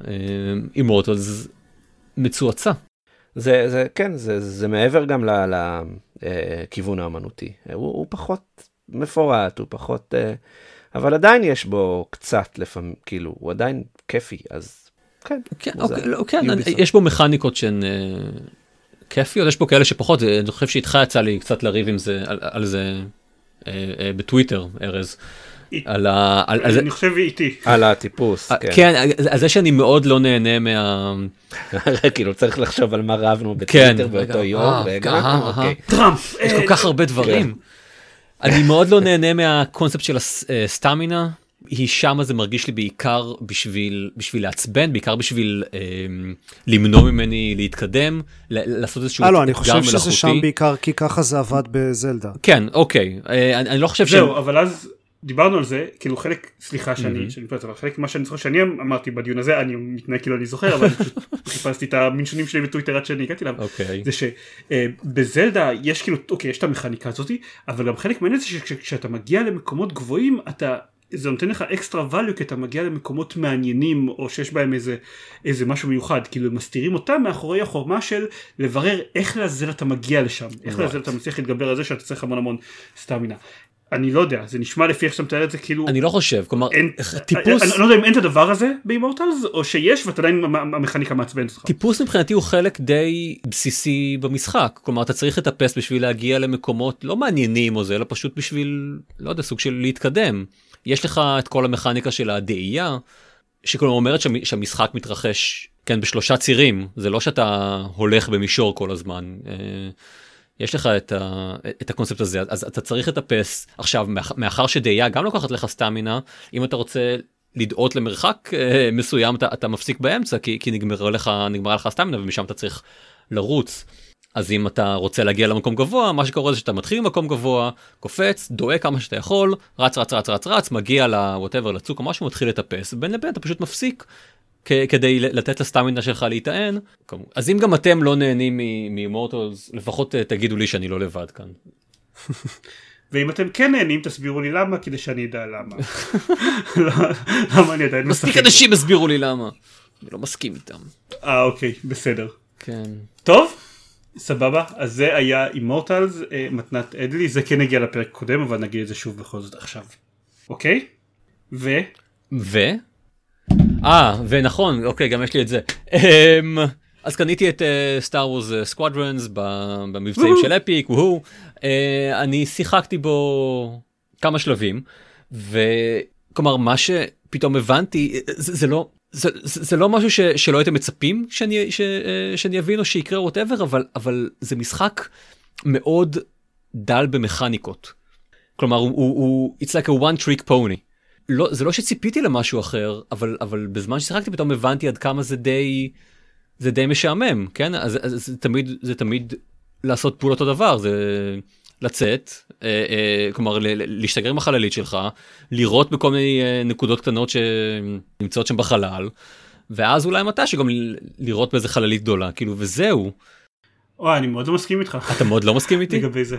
אימורטלס מצועצע. זה, זה, כן, זה, זה מעבר גם לכיוון האמנותי. הוא פחות מפורט, הוא פחות... אבל עדיין יש בו קצת לפעמים, כאילו, הוא עדיין כיפי, אז כן. כן, אוקיי, לא, כן, יש בו מכניקות שהן כיפיות, יש בו כאלה שפחות, אני חושב שאיתך יצא לי קצת לריב עם זה, על, על זה בטוויטר, ארז. על ה... על, אני חושב איתי. על הטיפוס, כן. כן, על זה שאני מאוד לא נהנה מה... כאילו, צריך לחשוב על מה רבנו בטוויטר באותו יום, רגע, אוקיי. טראמפ. יש כל כך הרבה דברים. אני מאוד לא נהנה מהקונספט של הסטמינה, היא שמה זה מרגיש לי בעיקר בשביל, בשביל לעצבן, בעיקר בשביל אה, למנוע ממני להתקדם, לעשות איזשהו אתגר מלאכותי. אני חושב שזה שם בעיקר כי ככה זה עבד בזלדה. כן, אוקיי, אה, אני, אני לא חושב זהו, ש... אבל אז דיברנו על זה, כאילו חלק, סליחה שאני, שאני פרט, אבל חלק מה שאני זוכר שאני אמרתי בדיון הזה, אני מתנהג כאילו אני זוכר, אבל חיפשתי את המנשונים שלי בטוויטר עד שאני הגעתי אליו, זה שבזלדה יש כאילו, אוקיי, יש את המכניקה הזאת, אבל גם חלק מעניין זה שכשאתה מגיע למקומות גבוהים, אתה, זה נותן לך אקסטרה value, כי אתה מגיע למקומות מעניינים, או שיש בהם איזה, איזה משהו מיוחד, כאילו מסתירים אותם מאחורי החורמה של לברר איך לזל אתה מגיע לשם, איך לזל אתה מצליח להתגבר על זה שאתה צריך המון המון סטמינה. אני לא יודע, זה נשמע לפי איך שאתה מתאר את זה כאילו... אני לא חושב, כלומר, טיפוס... אני לא יודע אם אין את הדבר הזה באימורטלס, או שיש, ואתה עדיין המכניקה מעצבנת אותך. טיפוס מבחינתי הוא חלק די בסיסי במשחק, כלומר, אתה צריך לטפס בשביל להגיע למקומות לא מעניינים או זה, אלא פשוט בשביל, לא יודע, סוג של להתקדם. יש לך את כל המכניקה של הדאייה, שכלומר אומרת שהמשחק מתרחש, כן, בשלושה צירים, זה לא שאתה הולך במישור כל הזמן. יש לך את, ה, את הקונספט הזה, אז אתה צריך לטפס. עכשיו, מאחר שדאייה גם לוקחת לך סטמינה, אם אתה רוצה לדעות למרחק מסוים, אתה, אתה מפסיק באמצע, כי, כי נגמר לך, נגמר לך סטמינה, ומשם אתה צריך לרוץ. אז אם אתה רוצה להגיע למקום גבוה, מה שקורה זה שאתה מתחיל במקום גבוה, קופץ, דואק כמה שאתה יכול, רץ, רץ, רץ, רץ, רץ, מגיע ל-whatever, לצוק או משהו, מתחיל לטפס, בין לבין אתה פשוט מפסיק, כ- כדי לתת לסטמינה שלך להיטען. אז אם גם אתם לא נהנים מ-Immortals, לפחות תגידו לי שאני לא לבד כאן. ואם אתם כן נהנים, תסבירו לי למה, כדי שאני אדע למה. למה אני עדיין משחק. מספיק אנשים הסבירו לי למה. אני לא מסכים איתם. אה, אוקיי, בסדר. כן. טוב, סבבה. אז זה היה Immortals, מתנת אדלי. זה כן הגיע לפרק קודם, אבל נגיד את זה שוב בכל זאת עכשיו. אוקיי? ו? ו? אה, ונכון, אוקיי, גם יש לי את זה. אז קניתי את סטאר וורס סקוואדרונס במבצעים של אפיק, וואו. אני שיחקתי בו כמה שלבים, וכלומר, מה שפתאום הבנתי, זה לא... זה, זה, זה לא משהו ש, שלא הייתם מצפים שאני, ש, שאני אבין או שיקרה או whatever, אבל, אבל זה משחק מאוד דל במכניקות. כלומר, הוא, הוא, הוא, it's like a one trick pony. לא, זה לא שציפיתי למשהו אחר, אבל, אבל בזמן ששיחקתי פתאום הבנתי עד כמה זה די, זה די משעמם, כן? אז, אז זה תמיד, זה תמיד לעשות פעול אותו דבר, זה לצאת, אה, אה, כלומר, ל, להשתגר עם החללית שלך, לראות בכל מיני אה, נקודות קטנות שנמצאות שם בחלל, ואז אולי מתי שגם לראות באיזה חללית גדולה, כאילו, וזהו. וואי, אני מאוד לא מסכים איתך. אתה מאוד לא מסכים איתי? לגבי זה.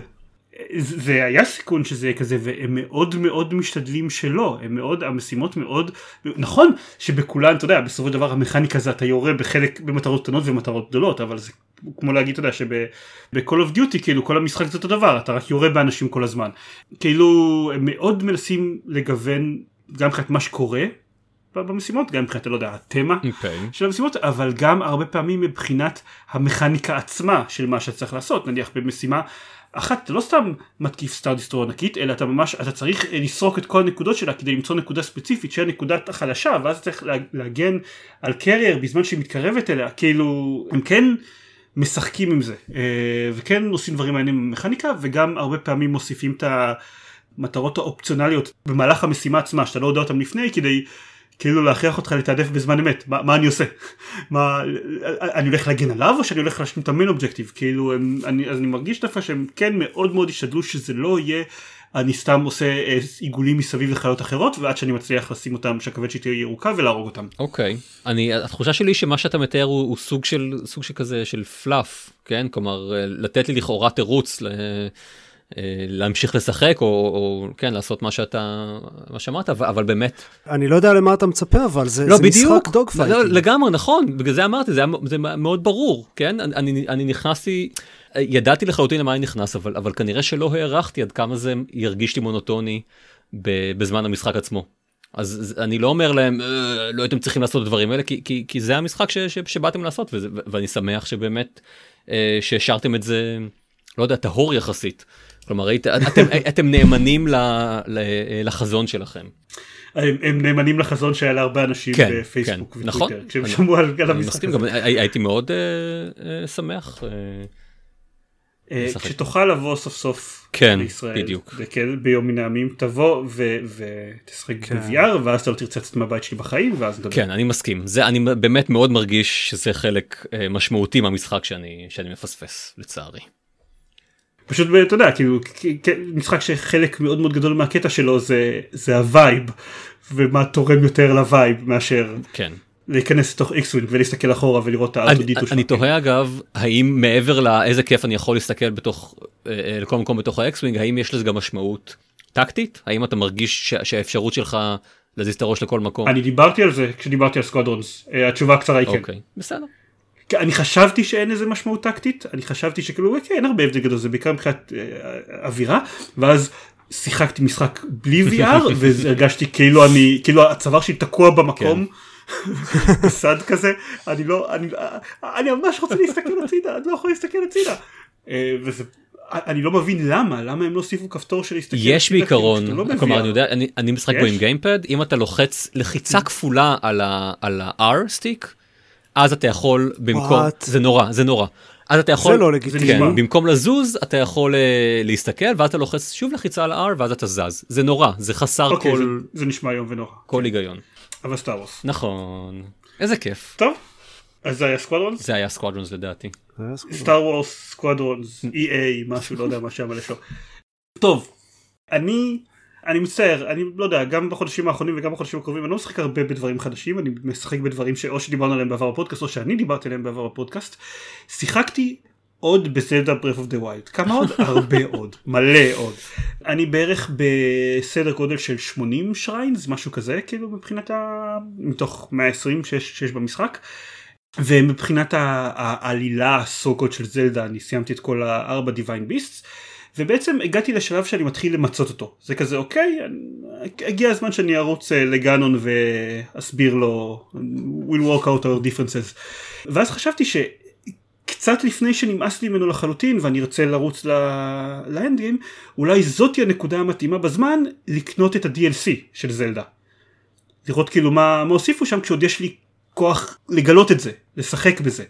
זה היה סיכון שזה יהיה כזה, והם מאוד מאוד משתדלים שלא, הם מאוד, המשימות מאוד, נכון שבכולן, אתה יודע, בסופו של דבר המכניקה זה אתה יורה בחלק, במטרות קטנות ומטרות גדולות, אבל זה כמו להגיד, אתה יודע, שב-Call of Duty, כאילו, כל המשחק זה אותו דבר, אתה רק יורה באנשים כל הזמן. כאילו, הם מאוד מנסים לגוון גם מבחינת מה שקורה במשימות, גם מבחינת, לא יודע, התמה okay. של המשימות, אבל גם הרבה פעמים מבחינת המכניקה עצמה של מה שצריך לעשות, נניח במשימה, אחת, אתה לא סתם מתקיף סטאר דיסטרואר ענקית, אלא אתה ממש, אתה צריך לסרוק את כל הנקודות שלה כדי למצוא נקודה ספציפית שהיא נקודת החלשה, ואז אתה צריך להגן על קרייר בזמן שהיא מתקרבת אליה, כאילו, הם כן משחקים עם זה, וכן עושים דברים מעניינים במכניקה, וגם הרבה פעמים מוסיפים את המטרות האופציונליות במהלך המשימה עצמה, שאתה לא יודע אותם לפני, כדי כאילו להכריח אותך לתעדף בזמן אמת, מה, מה אני עושה? מה, אני הולך להגן עליו או שאני הולך להשלים את המיין אובג'קטיב? כאילו, הם, אני, אז אני מרגיש דווקא שהם כן מאוד מאוד השתדלו שזה לא יהיה, אני סתם עושה עיגולים מסביב לחיות אחרות, ועד שאני מצליח לשים אותם, שהכבד שהיא תהיה ירוקה ולהרוג אותם. אוקיי. אני, התחושה שלי שמה שאתה מתאר הוא, הוא סוג של, סוג שכזה של פלאף, כן? כלומר, לתת לי לכאורה תירוץ ל... להמשיך לשחק או, או כן לעשות מה שאתה מה שאמרת, אבל, אבל באמת אני לא יודע למה אתה מצפה, אבל זה, לא, זה משחק דוג פייט. לא, לגמרי נכון, בגלל זה אמרתי, זה, זה מאוד ברור, כן? אני, אני נכנסתי, ידעתי לחלוטין למה אני נכנס, אבל, אבל כנראה שלא הערכתי עד כמה זה ירגיש לי מונוטוני בזמן המשחק עצמו. אז אני לא אומר להם, לא הייתם צריכים לעשות את הדברים האלה, כי, כי, כי זה המשחק ש, ש, שבאתם לעשות, וזה, ואני שמח שבאמת שהשארתם את זה, לא יודע, טהור יחסית. כלומר, אתם, אתם נאמנים לחזון שלכם. הם, הם נאמנים לחזון שהיה להרבה אנשים כן, בפייסבוק כן, נכון. כשהם שמעו על המשחק הזה. גם, הייתי מאוד uh, uh, שמח. Uh, כשתוכל לבוא סוף סוף כן, לישראל, בדיוק. וכן, ביום מן הימים, תבוא ותשחק כן. ב-וי אר, ואז אתה לא תרצה לצאת מהבית שלי בחיים, ואז נדבר. כן, אני מסכים. זה, אני באמת מאוד מרגיש שזה חלק uh, משמעותי מהמשחק שאני, שאני מפספס, לצערי. פשוט, אתה יודע, כאילו, משחק שחלק מאוד מאוד גדול מהקטע שלו זה, זה הווייב, ומה תורם יותר לווייב מאשר כן. להיכנס לתוך אקס-ווינג ולהסתכל אחורה ולראות את האוטודיטו שלו. אני תוהה אגב, האם מעבר לאיזה כיף אני יכול להסתכל בתוך, לכל מקום בתוך האקס-ווינג, האם יש לזה גם משמעות טקטית? האם אתה מרגיש שהאפשרות שלך להזיז את הראש לכל מקום? אני דיברתי על זה כשדיברתי על סקוואדרונס, התשובה הקצרה היא כן. אוקיי, בסדר. אני חשבתי שאין איזה משמעות טקטית, אני חשבתי שכאילו, כן, אין הרבה הבדל גדול, זה בעיקר מבחינת אווירה, ואז שיחקתי משחק בלי וי אר, והרגשתי כאילו אני, כאילו הצוואר שלי תקוע במקום, בסד כזה, אני לא, אני ממש רוצה להסתכל הצידה, אני לא יכול להסתכל הצידה. וזה, אני לא מבין למה, למה הם לא הוסיפו כפתור של להסתכל הצידה. יש בעיקרון, כלומר, אני יודע, אני משחק בו עם גיימפד, אם אתה לוחץ לחיצה כפולה על ה-R סטיק, אז אתה יכול במקום, זה נורא, זה נורא. אז אתה יכול, זה לא לגיטימי. כן, במקום לזוז, אתה יכול להסתכל, ואז אתה לוחץ שוב לחיצה על R, ואז אתה זז. זה נורא, זה חסר אוקיי, כל... זה, זה נשמע יום ונורא. כל היגיון. אבל סטאר וורס. נכון. איזה כיף. טוב, אז זה היה סקוואדרונס? זה היה סקוואדרונס לדעתי. סטאר וורס, סקוואדרונס, אי איי, משהו, לא יודע מה שם על השו. טוב, אני... אני מצטער, אני לא יודע, גם בחודשים האחרונים וגם בחודשים הקרובים אני לא משחק הרבה בדברים חדשים, אני משחק בדברים שאו שדיברנו עליהם בעבר בפודקאסט או שאני דיברתי עליהם בעבר בפודקאסט. שיחקתי עוד בזלדה Breath of the Wild, כמה עוד? הרבה עוד, מלא עוד. אני בערך בסדר גודל של שמונים שריינס, משהו כזה, כאילו מבחינת ה... מתוך מאה ועשרים שיש, שיש במשחק. ומבחינת העלילה הסוגות של זלדה, אני סיימתי את כל הארבע Divine Beasts, ובעצם הגעתי לשלב שאני מתחיל למצות אותו. זה כזה, אוקיי, הגיע הזמן שאני ארוץ לגאנון ואסביר לו, we'll work out our differences. ואז חשבתי שקצת לפני שנמאס לי ממנו לחלוטין, ואני ארצה לרוץ לאנדים, אולי זאת היא הנקודה המתאימה בזמן, לקנות את ה-די אל סי של זלדה. לראות כאילו מה, מה הוסיפו שם, כשעוד יש לי כוח לגלות את זה, לשחק בזה.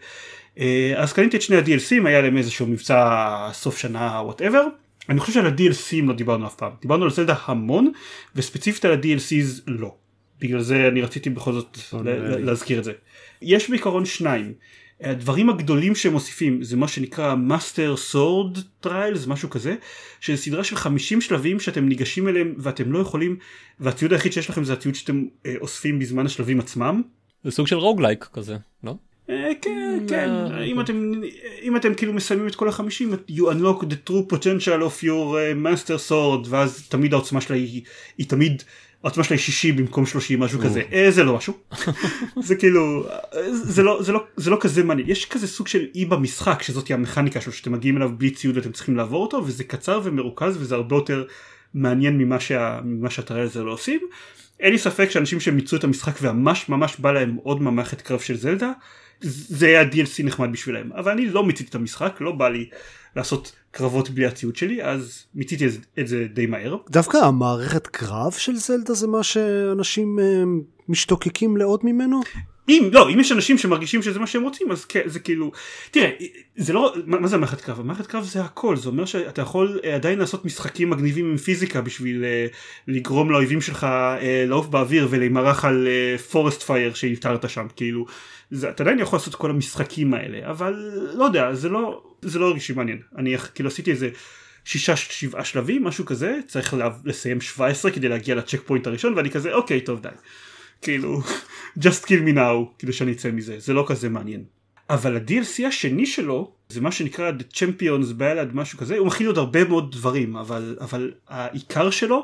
אז קניתי את שני ה-די אל סי, היה להם איזשהו מבצע סוף שנה, whatever. אני חושב שעל ה-די אל סי לא דיברנו אף פעם. דיברנו על זלדה המון, וספציפית על ה-די אל סיז לא. בגלל זה אני רציתי בכל זאת להזכיר את זה. יש בעיקרון שניים. הדברים הגדולים שהם מוסיפים, זה מה שנקרא Master Sword Trials, משהו כזה, שזה סדרה של חמישים שלבים שאתם ניגשים אליהם, ואתם לא יכולים, והציוד היחיד שיש לכם זה הציוד שאתם אוספים בזמן השלבים עצמם. זה סוג של רוגלייק כזה, לא? כן, כן, אם אתם, אם אתם כאילו מסיימים את כל החמישים, you unlock the true potential of your master sword, ואז תמיד העוצמה שלה היא, היא תמיד, העוצמה שלה היא שישים במקום שלושים, משהו כזה, זה לא משהו, זה כאילו, זה לא, זה לא, זה לא כזה מעניין, יש כזה סוג של אי במשחק, שזאת היא המכניקה שלו, שאתם מגיעים אליו בלי ציוד, אתם צריכים לעבור אותו, וזה קצר ומרוכז, וזה הרבה יותר מעניין ממה שה, ממה שהטריילר הזה לא עושים. אין לי ספק שאנשים שמיצו את המשחק וממש ממש בא להם עוד ממחת קרב של זלדה, זה היה די אל סי נחמד בשבילהם, אבל אני לא מיציתי את המשחק, לא בא לי לעשות קרבות בלי הציוד שלי, אז מיציתי את זה די מהר. דווקא המערכת קרב של זלדה זה מה שאנשים משתוקקים לעוד ממנו? אם, לא, אם יש אנשים שמרגישים שזה מה שהם רוצים, אז זה כאילו, תראה, זה לא, מה זה המערכת קרב? המערכת קרב זה הכל, זה אומר שאתה יכול עדיין לעשות משחקים מגניבים עם פיזיקה, בשביל לגרום לאויבים שלך לעוף באוויר, ולהימרח על פורסט פייר שהלתרת שם, כאילו, אתה עדיין יכול לעשות כל המשחקים האלה, אבל לא יודע, זה לא, זה לא הרגיש מעניין. אני כאילו עשיתי איזה שישה, שבעה שלבים, משהו כזה, צריך לסיים שבע עשרה כדי להגיע לצ'ק פוינט הראשון, ואני כזה, אוקיי, טוב, די. כאילו, just kill me now, כדי שאני אצא מזה, זה לא כזה מעניין. אבל ה-די אל סי השני שלו, זה מה שנקרא The Champions Ballad, משהו כזה, הוא מכיל עוד הרבה מאוד דברים, אבל, אבל העיקר שלו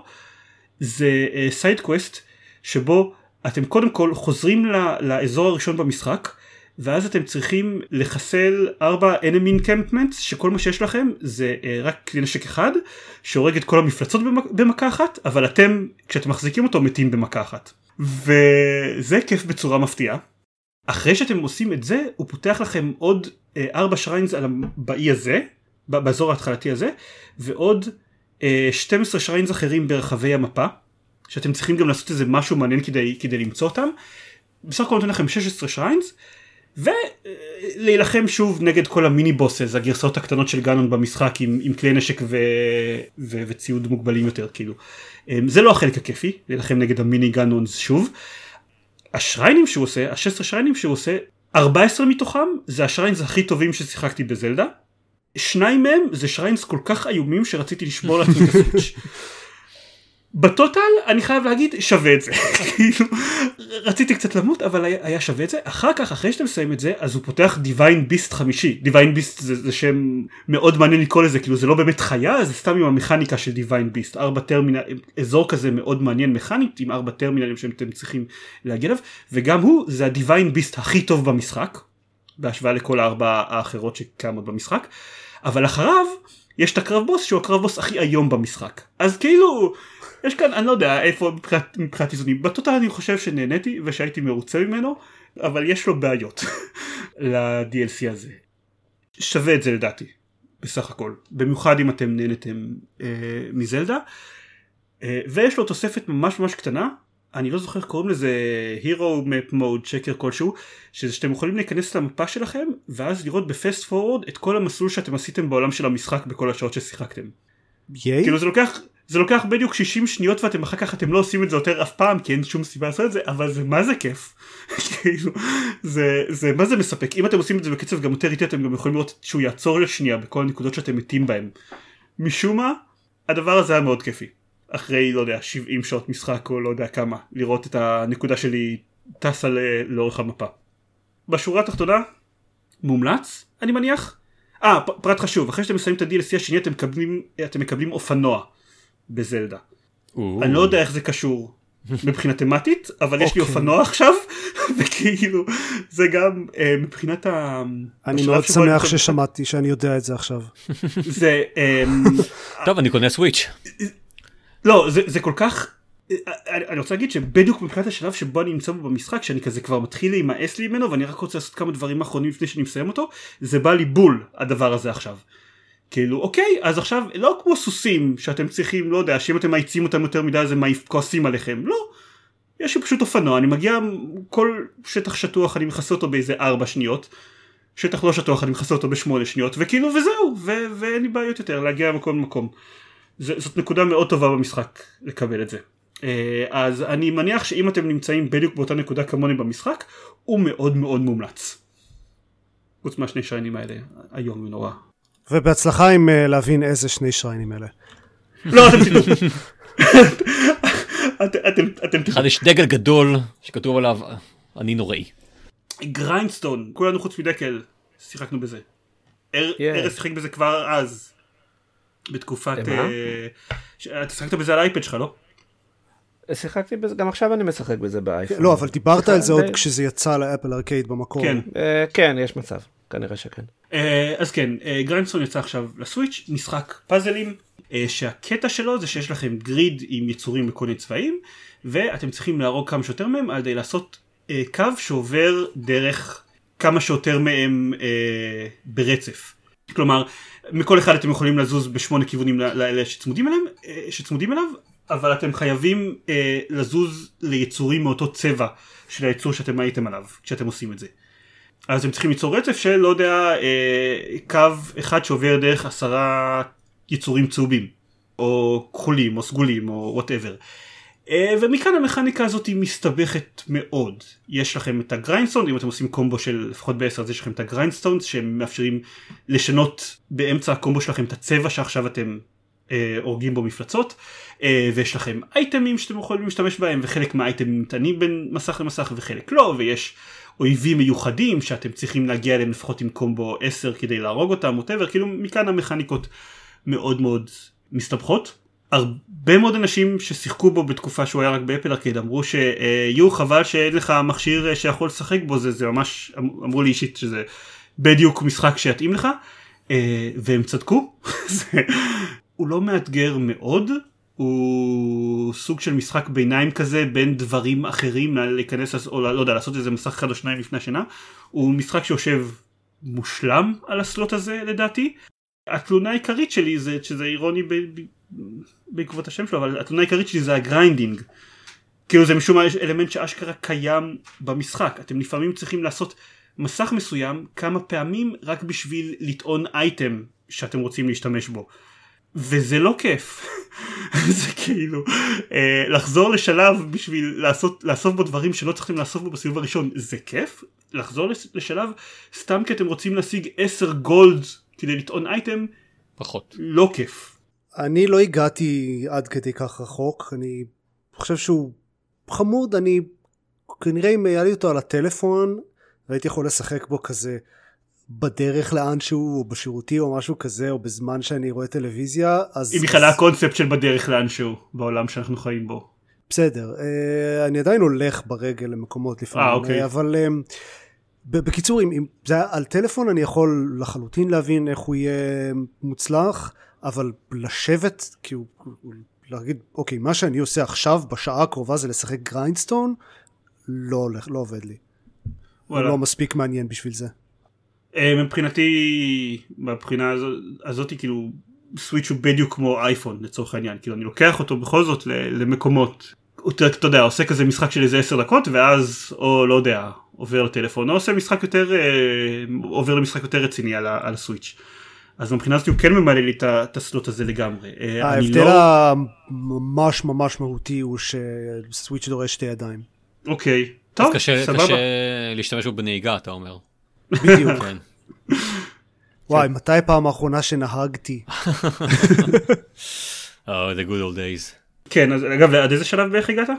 זה סייד קווסט, שבו אתם קודם כל חוזרים לאזור הראשון במשחק, ואז אתם צריכים לחסל ארבע enemy encampments, שכל מה שיש לכם זה רק כלי נשק אחד, שהורג את כל המפלצות במכה אחת, אבל אתם, כשאתם מחזיקים אותו, מתים במכה אחת. וזה כיף בצורה מפתיעה. אחרי שאתם עושים את זה, הוא פותח לכם עוד ארבע שריינס באי הזה, באזור ההתחלתי הזה, ועוד שתים עשרה שריינס אחרים ברחבי המפה, שאתם צריכים גם לעשות איזה משהו מעניין כדי, כדי למצוא אותם. בסך הכל נותן לכם שש עשרה שריינס, ולהילחם שוב נגד כל המיני בוסס, הגרסאות הקטנות של גאנון במשחק, עם, עם כלי נשק ו, ו, וציוד מוגבלים יותר, כאילו. זה לא החלק הכיפי, להילחם נגד המיני גאנונס שוב. השריינים שהוא עושה, ה-שש עשרה שריינים שהוא עושה, ארבע עשרה מתוכם זה השריינס הכי טובים ששיחקתי בזלדה. שניים מהם זה שריינס כל כך איומים שרציתי לשמור לעצמי את הסוויץ'. בטוטל אני חייב להגיד שווה את זה. רציתי קצת למות אבל היה שווה את זה. אחר כך אחרי שאתם מסיים את זה אז הוא פותח Divine Beast חמישי. Divine Beast זה, זה שם מאוד מעניין לקרוא לזה, כאילו זה לא באמת חיה, זה סתם עם המכניקה של Divine Beast. ארבע טרמינל, אזור כזה מאוד מעניין מכנית עם ארבע טרמינלים שאתם צריכים להגיע אליו, וגם הוא זה ה-Divine Beast הכי טוב במשחק בהשוואה לכל הארבע האחרות שקיימות במשחק. אבל אחריו יש את הקרב בוס שהוא הקרב בוס הכי היום במשחק. אז כאילו יש כאן, אני לא יודע איפה מבחינת, מבחינת איזונים. בטוטל אני חושב שנהניתי ושהייתי מרוצה ממנו, אבל יש לו בעיות ל-די אל סי הזה. שווה את זה לדעתי, בסך הכל. במיוחד אם אתם נהנתם אה, מזלדה. אה, ויש לו תוספת ממש ממש קטנה, אני לא זוכר קוראים לזה Hero Map Mode, שקר כלשהו, שזה שאתם יכולים להיכנס למפה שלכם, ואז לראות בפסט פורוורד את כל המסלול שאתם עשיתם בעולם של המשחק בכל השעות ששיחקתם. ייי? כאילו זה לוקח, זה לוקח בדיוק שישים שניות, ואתם אחר כך אתם לא עושים את זה יותר אף פעם, כי אין שום סיבה לעשות את זה, אבל זה מה זה כיף. כאילו, זה, זה מה זה מספק. אם אתם עושים את זה בקצב גם יותר איטי, אתם גם יכולים לראות שהוא יעצור לשנייה בכל הנקודות שאתם מתים בהם. משום מה, הדבר הזה היה מאוד כיפי. אחרי, לא יודע, שבעים שעות משחק או לא יודע כמה, לראות את הנקודה שלי טסה לאורך המפה. בשורה התחתונה, מומלץ, אני מניח. אה, פרט חשוב, אחרי שאתם מסיימים את ה-די אל סי השני, אתם מקבלים, אתם מקבלים אופנוע בזלדה. אני לא יודע איך זה קשור מבחינה תמטית, אבל יש לי אופנוע עכשיו, וכאילו, זה גם מבחינת ה... אני מאוד שמח ששמעתי שאני יודע את זה עכשיו. זה... טוב, אני קונה סוויץ'. לא, זה, זה כל כך, אני, אני רוצה להגיד שבדיוק מבחינת השלב שבו אני נמצא בו במשחק, שאני כזה כבר מתחיל להימאס לי ממנו, ואני רק רוצה לעשות כמה דברים אחרונים לפני שאני מסיים אותו, זה בא לי בול, הדבר הזה עכשיו. כאילו, אוקיי, אז עכשיו, לא כמו סוסים, שאתם צריכים, לא יודע, שאם אתם מעיצים אותם יותר מדי, אז הם כועסים עליכם, לא. יש לי פשוט אופנוע, אני מגיע, כל שטח שטוח, אני מכסה אותו באיזה ארבע שניות, שטח לא שטוח, אני מכסה אותו בשמונה שניות, וכאילו, וזהו, ו- ואין לי בעיות יותר, להגיע ממקום למקום. זאת נקודה מאוד טובה במשחק לקבל את זה. אז אני מניח שאם אתם נמצאים בדיוק באותה נקודה כמוני במשחק, הוא מאוד מאוד מומלץ. חוץ מהשני שריינים האלה, היום ונורא. ובהצלחה עם להבין איזה שני שריינים האלה. לא, אתם תדעו. אתם תדעו. אחד יש דגל גדול שכתוב עליו, אני נוראי. גריינדסטון, כולנו חוץ מדקל, שיחקנו בזה. ארז שיחק בזה כבר אז. בתקופת... אתה שיחקת בזה על האייפד שלך, לא? שיחקתי בזה, גם עכשיו אני משחק בזה באייפון. לא, אבל דיברת על זה עוד כשזה יצא לאפל ארקייד במקור. כן. כן, יש מצב, כנראה שכן. אז כן, גריינדסטון יצא עכשיו לסוויץ', משחק פאזלים, שהקטע שלו זה שיש לכם גריד עם יצורים בכל מיני צבעים, ואתם צריכים להרוג כמה שיותר מהם על ידי לעשות קו שעובר דרך כמה שיותר מהם ברצף. כלומר, מכל אחד אתם יכולים לזוז בשמונה כיוונים לאלה שצמודים אליהם, שצמודים אליו, אבל אתם חייבים אה, לזוז ליצורים מאותו צבע של היצור שאתם הייתם עליו, כשאתם עושים את זה. אז אתם צריכים ליצור רצף של, לא יודע, אה, קו אחד שעובר דרך עשרה יצורים צהובים, או כחולים, או סגולים, או whatever. אה, ומכאן המכניקה הזאת היא מסתבכת מאוד. יש לכם את הגריינדסטון, אם אתם עושים קומבו של לפחות בעשר, אז יש לכם את הגריינדסטון, שמאפשרים לשנות באמצע הקומבו שלכם את הצבע שעכשיו אתם אה, הורגים בו מפלצות, אה, ויש לכם אייטמים שאתם יכולים להשתמש בהם, וחלק מהאייטמים ניתנים בין מסך למסך וחלק לא, ויש אויבים מיוחדים שאתם צריכים להגיע אליהם לפחות עם קומבו עשר כדי להרוג אותם, whatever. כאילו מכאן המכניקות מאוד מאוד מסתבכות. הרבה מאוד אנשים ששיחקו בו בתקופה שהוא היה רק באפל ארקייד אמרו שיהיו חבל שאין לך מכשיר שיכול לשחק בו, זה, זה ממש אמרו לי אישית שזה בדיוק משחק שיתאים לך, והם צדקו. הוא לא מאתגר מאוד, הוא סוג של משחק ביניים כזה בין דברים אחרים, להיכנס או לא יודע, לעשות איזה מסך אחד או שניים לפני השינה. הוא משחק שיושב מושלם על הסלוט הזה לדעתי. התלונה העיקרית שלי זה שזה אירוני ב... בעקבות השם שלו, אבל התלונה העיקרית שלי זה הגריינדינג. כאילו זה משום מה אלמנט שאשכרה קיים במשחק. אתם לפעמים צריכים לעשות מסך מסוים כמה פעמים רק בשביל לטעון אייטם שאתם רוצים להשתמש בו. וזה לא כיף. זה כאילו אה, לחזור לשלב בשביל לעשות, לאסוף בו דברים שלא צריכים לאסוף בו בסיבוב הראשון, זה כיף. לחזור לשלב סתם כי אתם רוצים להשיג עשר גולד כדי לטעון אייטם, פחות. לא כיף. אני לא הגעתי עד כדי כך רחוק, אני חושב שהוא חמוד, אני כנראה אם היה לי אותו על הטלפון, והייתי יכול לשחק בו כזה בדרך לאנשהו, או בשירותי או משהו כזה, או בזמן שאני רואה טלוויזיה, אז... היא בכלל הקונספט של בדרך לאנשהו, בעולם שאנחנו חיים בו. בסדר, אני עדיין הולך ברגל למקומות לפעמים, אה, אוקיי. אבל... בקיצור, אם, אם זה היה על טלפון, אני יכול לחלוטין להבין איך הוא יהיה מוצלח, אבל לשבת, כאילו, להגיד, אוקיי, מה שאני עושה עכשיו, בשעה הקרובה זה לשחק גריינדסטון, לא הולך, לא עובד לי. וואלה. לא מספיק מעניין בשביל זה. מבחינתי, מבחינה הזאת, כאילו, סוויץ' הוא בדיוק כמו אייפון, לצורך העניין. כאילו, אני לוקח אותו בכל זאת למקומות. אתה יודע, עושה כזה משחק של איזה עשר דקות, ואז, או לא יודע, עובר לטלפון, או עושה משחק יותר, עובר למשחק יותר רציני על, על הסוויץ'. אז מבחינה הזאת הוא כן ממלא לי את הסלוט הזה לגמרי. ההבדל הממש ממש מהותי הוא שסוויץ' דורש שתי ידיים. אוקיי, טוב, סבבה. קשה להשתמש בו בנהיגה, אתה אומר. בדיוק. וואי, מתי פעם האחרונה שנהגתי? Oh, the good old days. כן, אז אגב, עד איזה שלב בערך הגעת?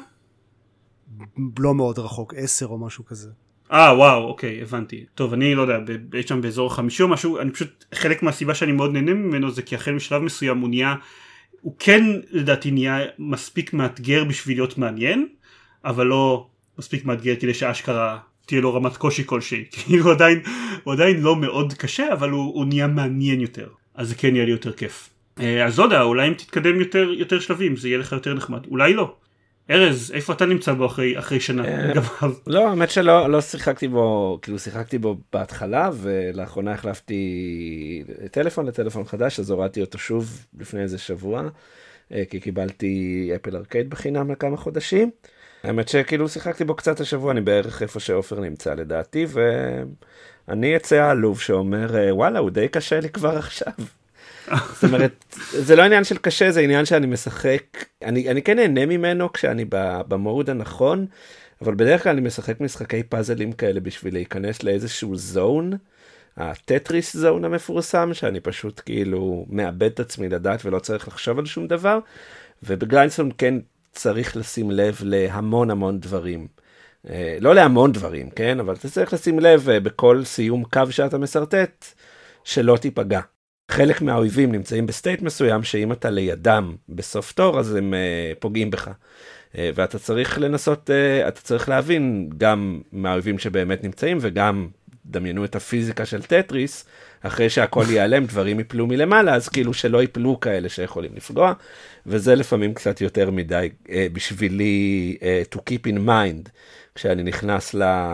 לא מאוד רחוק, עשר או משהו כזה. אה, וואו, אוקיי, הבנתי. טוב, אני לא יודע, יש שם באזור החמישי או משהו, אני פשוט, חלק מהסיבה שאני מאוד נהנה ממנו זה כי החל משלב מסוים הוא נהיה, הוא כן לדעתי נהיה מספיק מאתגר בשביל להיות מעניין, אבל לא מספיק מאתגר כדי שאשכרה תהיה לו רמת קושי כלשהי. כאילו הוא עדיין, הוא עדיין לא מאוד קשה, אבל הוא, הוא נהיה מעניין יותר. אז זה כן יהיה לי יותר כיף. אז לא יודע, אולי אם תתקדם יותר, יותר שלבים, זה יהיה לך יותר נחמד. אולי לא. ארז, איפה אתה נמצא בו אחרי, אחרי שנה? לא, האמת שלא לא שיחקתי בו, כאילו שיחקתי בו בהתחלה, ולאחרונה החלפתי טלפון לטלפון חדש, אז הורדתי אותו שוב לפני איזה שבוע, כי קיבלתי אפל ארקייד בחינם לכמה חודשים. האמת שכאילו שיחקתי בו קצת השבוע, אני בערך איפה שאופר נמצא לדעתי, ואני יצא העלוב שאומר, וואלה, הוא די קשה לי כבר עכשיו. זאת אומרת, זה לא עניין של קשה, זה עניין שאני משחק, אני, אני כן נהנה ממנו כשאני במוד הנכון, אבל בדרך כלל אני משחק משחקי פאזלים כאלה בשביל להיכנס לאיזשהו זון, הטטריס זון המפורסם, שאני פשוט כאילו מאבד את עצמי לדעת ולא צריך לחשוב על שום דבר, ובגריינסטון כן צריך לשים לב להמון המון דברים. לא להמון דברים, כן? אבל אתה צריך לשים לב בכל סיום קו שאתה מסרטט, שלא תיפגע. חלק מהאויבים נמצאים בסטייט מסוים, שאם אתה לידם בסוף תור, אז הם uh, פוגעים בך. Uh, ואתה צריך לנסות, uh, אתה צריך להבין גם מהאויבים שבאמת נמצאים, וגם דמיינו את הפיזיקה של טטריס, אחרי שהכל ייעלם, דברים ייפלו מלמעלה, אז כאילו שלא ייפלו כאלה שיכולים לפגוע, וזה לפעמים קצת יותר מדי uh, בשבילי uh, to keep in mind, כשאני נכנס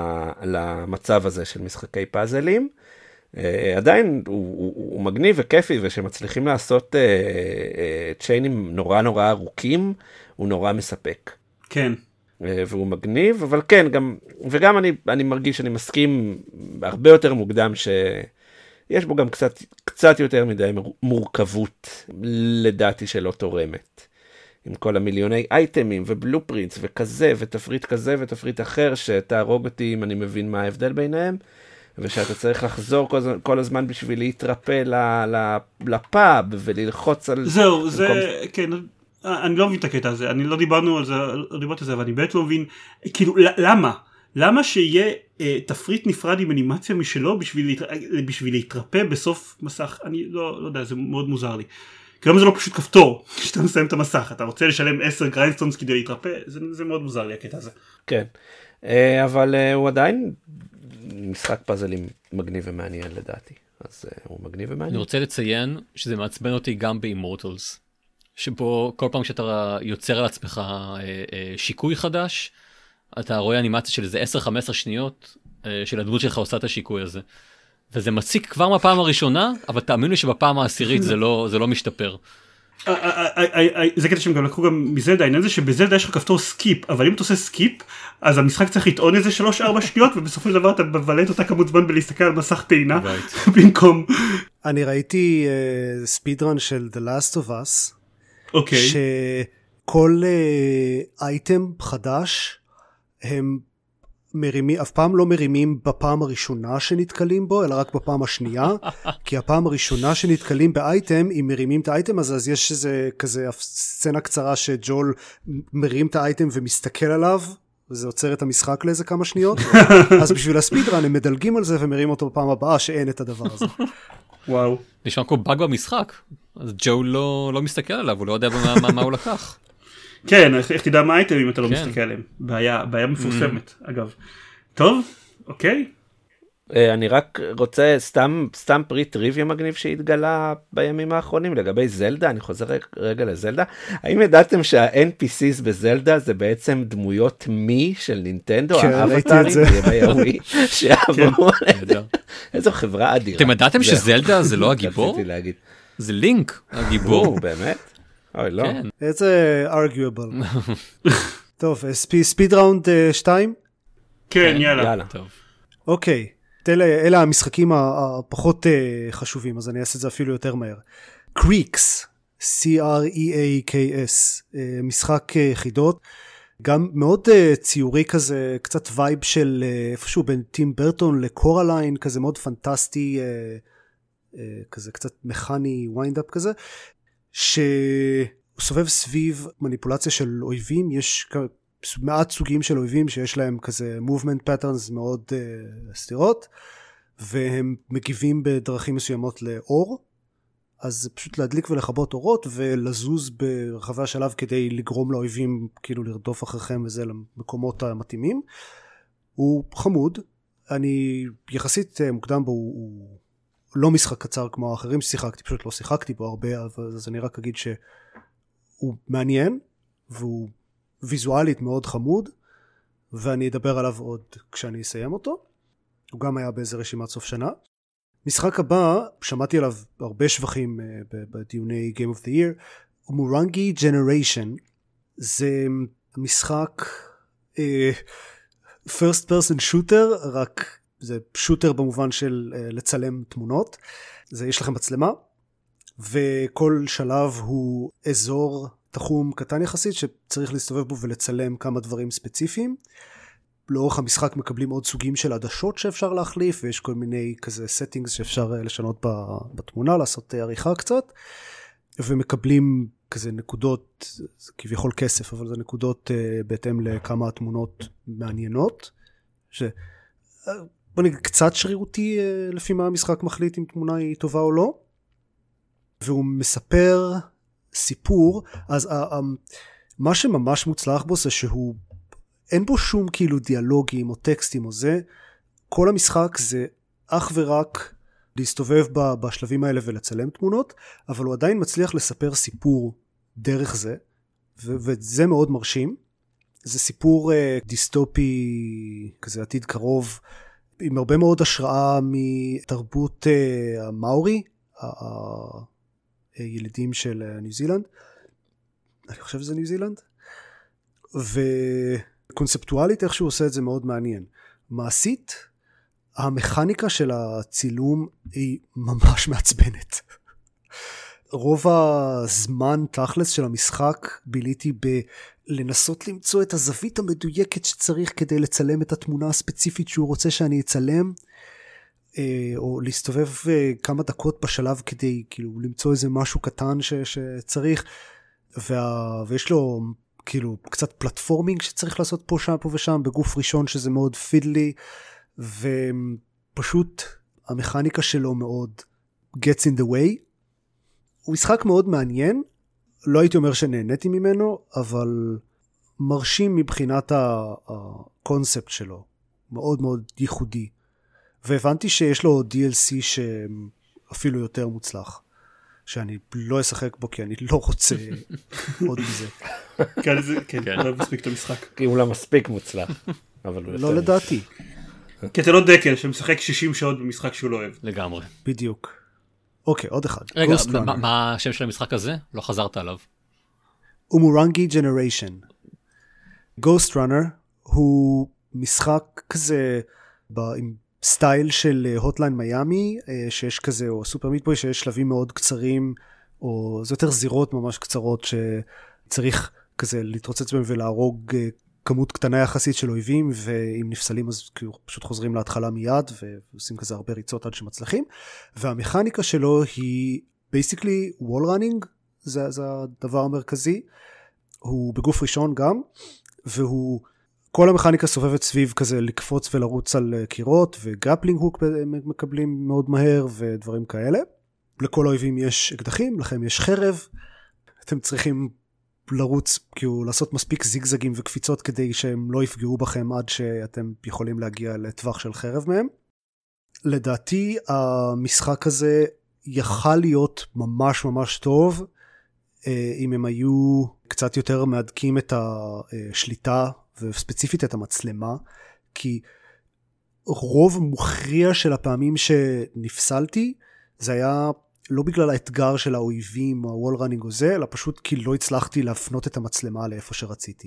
למצב הזה של משחקי פאזלים. Uh, עדיין הוא, הוא, הוא מגניב וכיפי, ושמצליחים לעשות uh, uh, צ'יינים נורא נורא ארוכים, הוא נורא מספק. כן. Uh, והוא מגניב, אבל כן, גם, וגם אני, אני מרגיש שאני מסכים הרבה יותר מוקדם, שיש בו גם קצת, קצת יותר מדי מורכבות, לדעתי שלא תורמת. עם כל המיליוני אייטמים ובלופרינטס וכזה, ותפריט כזה ותפריט אחר, שתהרוג אותי אם אני מבין מה ההבדל ביניהם. ושאתה צריך לחזור כל, כל הזמן בשביל להתרפא לפאב וללחוץ על... זהו, זה, במקום... כן, אני לא מבין את הקטע הזה, אני לא דיברנו על זה, לא דיברתי על זה, אבל אני באמת לא מבין, כאילו, למה? למה שיהיה אה, תפריט נפרד עם אנימציה משלו בשביל, להתר... בשביל להתרפא בסוף מסך? אני לא, לא יודע, זה מאוד מוזר לי. כי למה זה לא פשוט כפתור, כשאתה מסיים את המסך, אתה רוצה לשלם עשר גריינסטונס כדי להתרפא, זה, זה מאוד מוזר לי הקטע הזה. כן, אבל הוא עדיין... משחק פאזלים מגניב ומעניין לדעתי, אז uh, הוא מגניב ומעניין. אני רוצה לציין שזה מעצבן אותי גם באימורטלס, שבו כל פעם שאתה יוצר על עצמך אה, אה, שיקוי חדש, אתה רואה אנימציה של איזה עשר חמש עשרה שניות, אה, של הדמות שלך עושה את השיקוי הזה. וזה מציק כבר מהפעם הראשונה, אבל תאמין לי שבפעם העשירית זה לא, זה לא משתפר. זה קטע שהם גם לקחו גם מזלדה, העניין זה שבזלדה יש לך כפתור סקיפ, אבל אם אתה עושה סקיפ, אז המשחק צריך לטעון איזה שלוש ארבע שניות, ובסופו של דבר אתה מבלה את אותה כמות זמן בלהסתכל על מסך טעינה, במקום. אני ראיתי ספידרן של The Last of Us, שכל אייטם חדש, הם מרימים, אף פעם לא מרימים בפעם הראשונה שנתקלים בו, אלא רק בפעם השנייה, כי הפעם הראשונה שנתקלים באייטם, אם מרימים את האייטם, אז, אז יש איזה כזה סצנה קצרה שג'ול מרים את האייטם ומסתכל עליו, וזה עוצר את המשחק לאיזה כמה שניות, אז בשביל הספידרן הם מדלגים על זה ומרים אותו בפעם הבאה שאין את הדבר הזה. וואו. נשמע כמו באג במשחק, אז ג'ול לא, לא מסתכל עליו, הוא לא יודע מה, מה, מה הוא לקח. כן, איך תדע מה האייטם אם אתה לא מסתכל עליהם? בעיה, בעיה מפורסמת, אגב. טוב, אוקיי. אני רק רוצה סתם, סתם פרי טריוויה מגניב שהתגלה בימים האחרונים לגבי זלדה, אני חוזר רגע לזלדה. האם ידעתם שה-אן פי סי'ס בזלדה זה בעצם דמויות מי של נינטנדו, האבטרים בימי הווי, שעברו עליהם. איזו חברה אדירה. אתם ידעתם שזלדה זה לא הגיבור? זה לינק, הגיבור. באמת? אוי, לא. איזה arguable. טוב, ספיד ראונד שתיים? כן, יאללה. טוב. אוקיי, אלה המשחקים הפחות חשובים, אז אני אעשה את זה אפילו יותר מהר. קריקס, C-R-E-A-K-S, משחק חידות, גם מאוד ציורי כזה, קצת וייב של איפשהו בין טים ברטון לקורליין, כזה מאוד פנטסטי, כזה קצת מכני וויינדאפ כזה, שסובב סביב מניפולציה של אויבים. יש מעט סוגים של אויבים שיש להם כזה movement patterns מאוד uh, סתירות, והם מגיבים בדרכים מסוימות לאור, אז זה פשוט להדליק ולכבות אורות ולזוז ברחבי השלב כדי לגרום לאויבים כאילו לרדוף אחריכם וזה למקומות המתאימים. הוא חמוד, אני יחסית מוקדם בו, הוא לא משחק קצר כמו האחרים ששיחקתי, פשוט לא שיחקתי בו הרבה, אז אני רק אגיד שהוא מעניין, והוא ויזואלית מאוד חמוד, ואני אדבר עליו עוד כשאני אסיים אותו. הוא גם היה באיזה רשימת סוף שנה. משחק הבא, שמעתי עליו הרבה שבחים בדיוני Game of the Year, מורנגי Generation. זה משחק first person shooter, רק זה שוטר במובן של לצלם תמונות. זה יש לכם מצלמה, וכל שלב הוא אזור תחום קטן יחסית שצריך להסתובב בו ולצלם כמה דברים ספציפיים. לאורך המשחק מקבלים עוד סוגים של עדשות שאפשר להחליף, ויש כל מיני כזה settings שאפשר לשנות בתמונה, לעשות עריכה קצת, ומקבלים כזה נקודות, זה כביכול כסף, אבל זה נקודות בהתאם לכמה התמונות מעניינות, ש... בוא נגיד קצת שרירותי לפי מה המשחק מחליט אם תמונה היא טובה או לא, והוא מספר סיפור. אז מה שממש מוצלח בו זה שהוא אין בו שום כאילו דיאלוגים או טקסטים או זה, כל המשחק זה אך ורק להסתובב בשלבים האלה ולצלם תמונות, אבל הוא עדיין מצליח לספר סיפור דרך זה, וזה מאוד מרשים. זה סיפור דיסטופי כזה עתיד קרוב, עם הרבה מאוד השראה מתרבות המאורי, הילידים של ניו זילנד. אני חושב שזה ניו זילנד. וקונספטואלית איך שהוא עושה את זה מאוד מעניין. מעשית, המכניקה של הצילום היא ממש מעצבנת. רוב הזמן תכלס של המשחק ביליתי בלנסות למצוא את הזווית המדויקת שצריך כדי לצלם את התמונה הספציפית שהוא רוצה שאני אצלם, או להסתובב כמה דקות בשלב כדי כאילו למצוא איזה משהו קטן ש- שצריך, וה... ויש לו כאילו קצת פלטפורמינג שצריך לעשות פה שם פה ושם בגוף ראשון שזה מאוד פידלי, ופשוט המכניקה שלו מאוד gets in the way. הוא משחק מאוד מעניין, לא הייתי אומר שנהניתי ממנו, אבל מרשים מבחינת הקונספט שלו, מאוד מאוד ייחודי. והבנתי שיש לו די אל סי שאפילו יותר מוצלח, שאני לא אשחק בו כי אני לא רוצה עוד מזה. כן, זה, כן, לא מספיק את המשחק. כי הוא לא מספיק מוצלח. לא לדעתי. כי אתה לא דקל שמשחק שישים שעות במשחק שהוא לא אוהב. לגמרי. בדיוק. אוקיי, עוד אחד. רגע, מה השם של המשחק הזה? לא חזרת עליו. אומורנגי ג'נריישן. Ghost Runner הוא משחק כזה עם סטייל של הוטליין מיאמי, שיש כזה, או סופר מיט בוי, שיש שלבים מאוד קצרים, או זה יותר זירות ממש קצרות, שצריך כזה להתרוצץ בהם ולהרוג כמות קטנה יחסית של אויבים, ואם נפסלים אז כאילו פשוט חוזרים להתחלה מיד, ועושים כזה הרבה ריצות עד שמצליחים, והמכניקה שלו היא basically wall running, זה, זה הדבר המרכזי, הוא בגוף ראשון גם, והוא, כל המכניקה סובבת סביב כזה לקפוץ ולרוץ על קירות, וגרפלינג הוק מקבלים מאוד מהר, ודברים כאלה. לכל האויבים יש אקדחים, לכם יש חרב, אתם צריכים לרוץ, כאילו לעשות מספיק זיגזגים וקפיצות כדי שהם לא יפגעו בכם עד שאתם יכולים להגיע לטווח של חרב מהם. לדעתי המשחק הזה יכל להיות ממש ממש טוב, אם הם היו קצת יותר מהדקים את השליטה וספציפית את המצלמה, כי רוב מוכריע של הפעמים שנפסלתי זה היה לא בגלל האתגר של האויבים או הוול ראנינג או זה, אלא פשוט כי לא הצלחתי להפנות את המצלמה לאיפה שרציתי.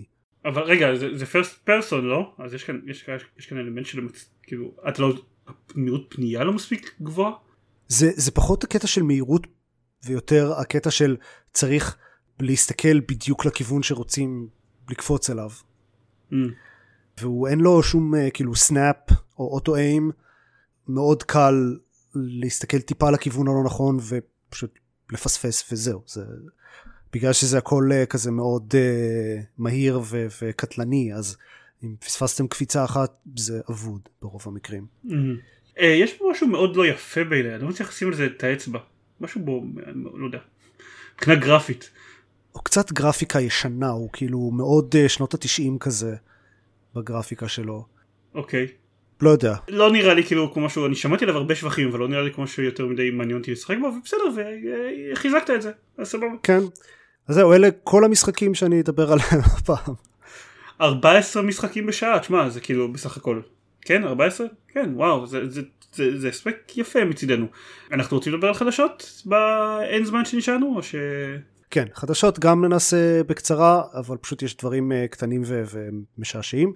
אבל רגע, זה, זה first person, לא? אז יש כאן, יש, יש כאן אלמנט של, כאילו, את לא, מהירות פנייה לא מספיק גבוהה? זה, זה פחות הקטע של מהירות, ויותר הקטע של צריך להסתכל בדיוק לכיוון שרוצים לקפוץ אליו. Mm. והוא אין לו שום, כאילו, סנאפ או אוטו-איים, מאוד קל להסתכל טיפה לכיוון הלא נכון, ופשוט לפספס וזהו. זה... בגלל שזה הכל כזה מאוד uh, מהיר ו- וקטלני, אז אם פספסתם קפיצה אחת, זה אבוד ברוב המקרים. Mm-hmm. Uh, יש פה משהו מאוד לא יפה באלה, אני לא מצליח לשים על זה את האצבע. משהו בו, אני לא יודע, מבחינה גרפית. הוא קצת גרפיקה ישנה, הוא כאילו מאוד uh, שנות התשעים כזה, בגרפיקה שלו. אוקיי. Okay. לא יודע. לא נראה לי כאילו כמו משהו, אני שמעתי עליו הרבה שבחים, אבל לא נראה לי כמו משהו יותר מדי מעניין אותי לשחק בו, ובסדר, וחיזקת את זה, אז סבבה. כן. אז זהו, אלה כל המשחקים שאני אדבר עליהם הפעם. ארבע עשרה משחקים בשעה, תשמע, זה כאילו בסך הכל. כן, ארבע עשרה? כן, וואו, זה, זה, זה, זה הספק יפה מצידנו. אנחנו רוצים לדבר על חדשות באין זמן שנשארנו, או ש... כן, חדשות גם ננסה בקצרה, אבל פשוט יש דברים קטנים ו- ומשעשעים.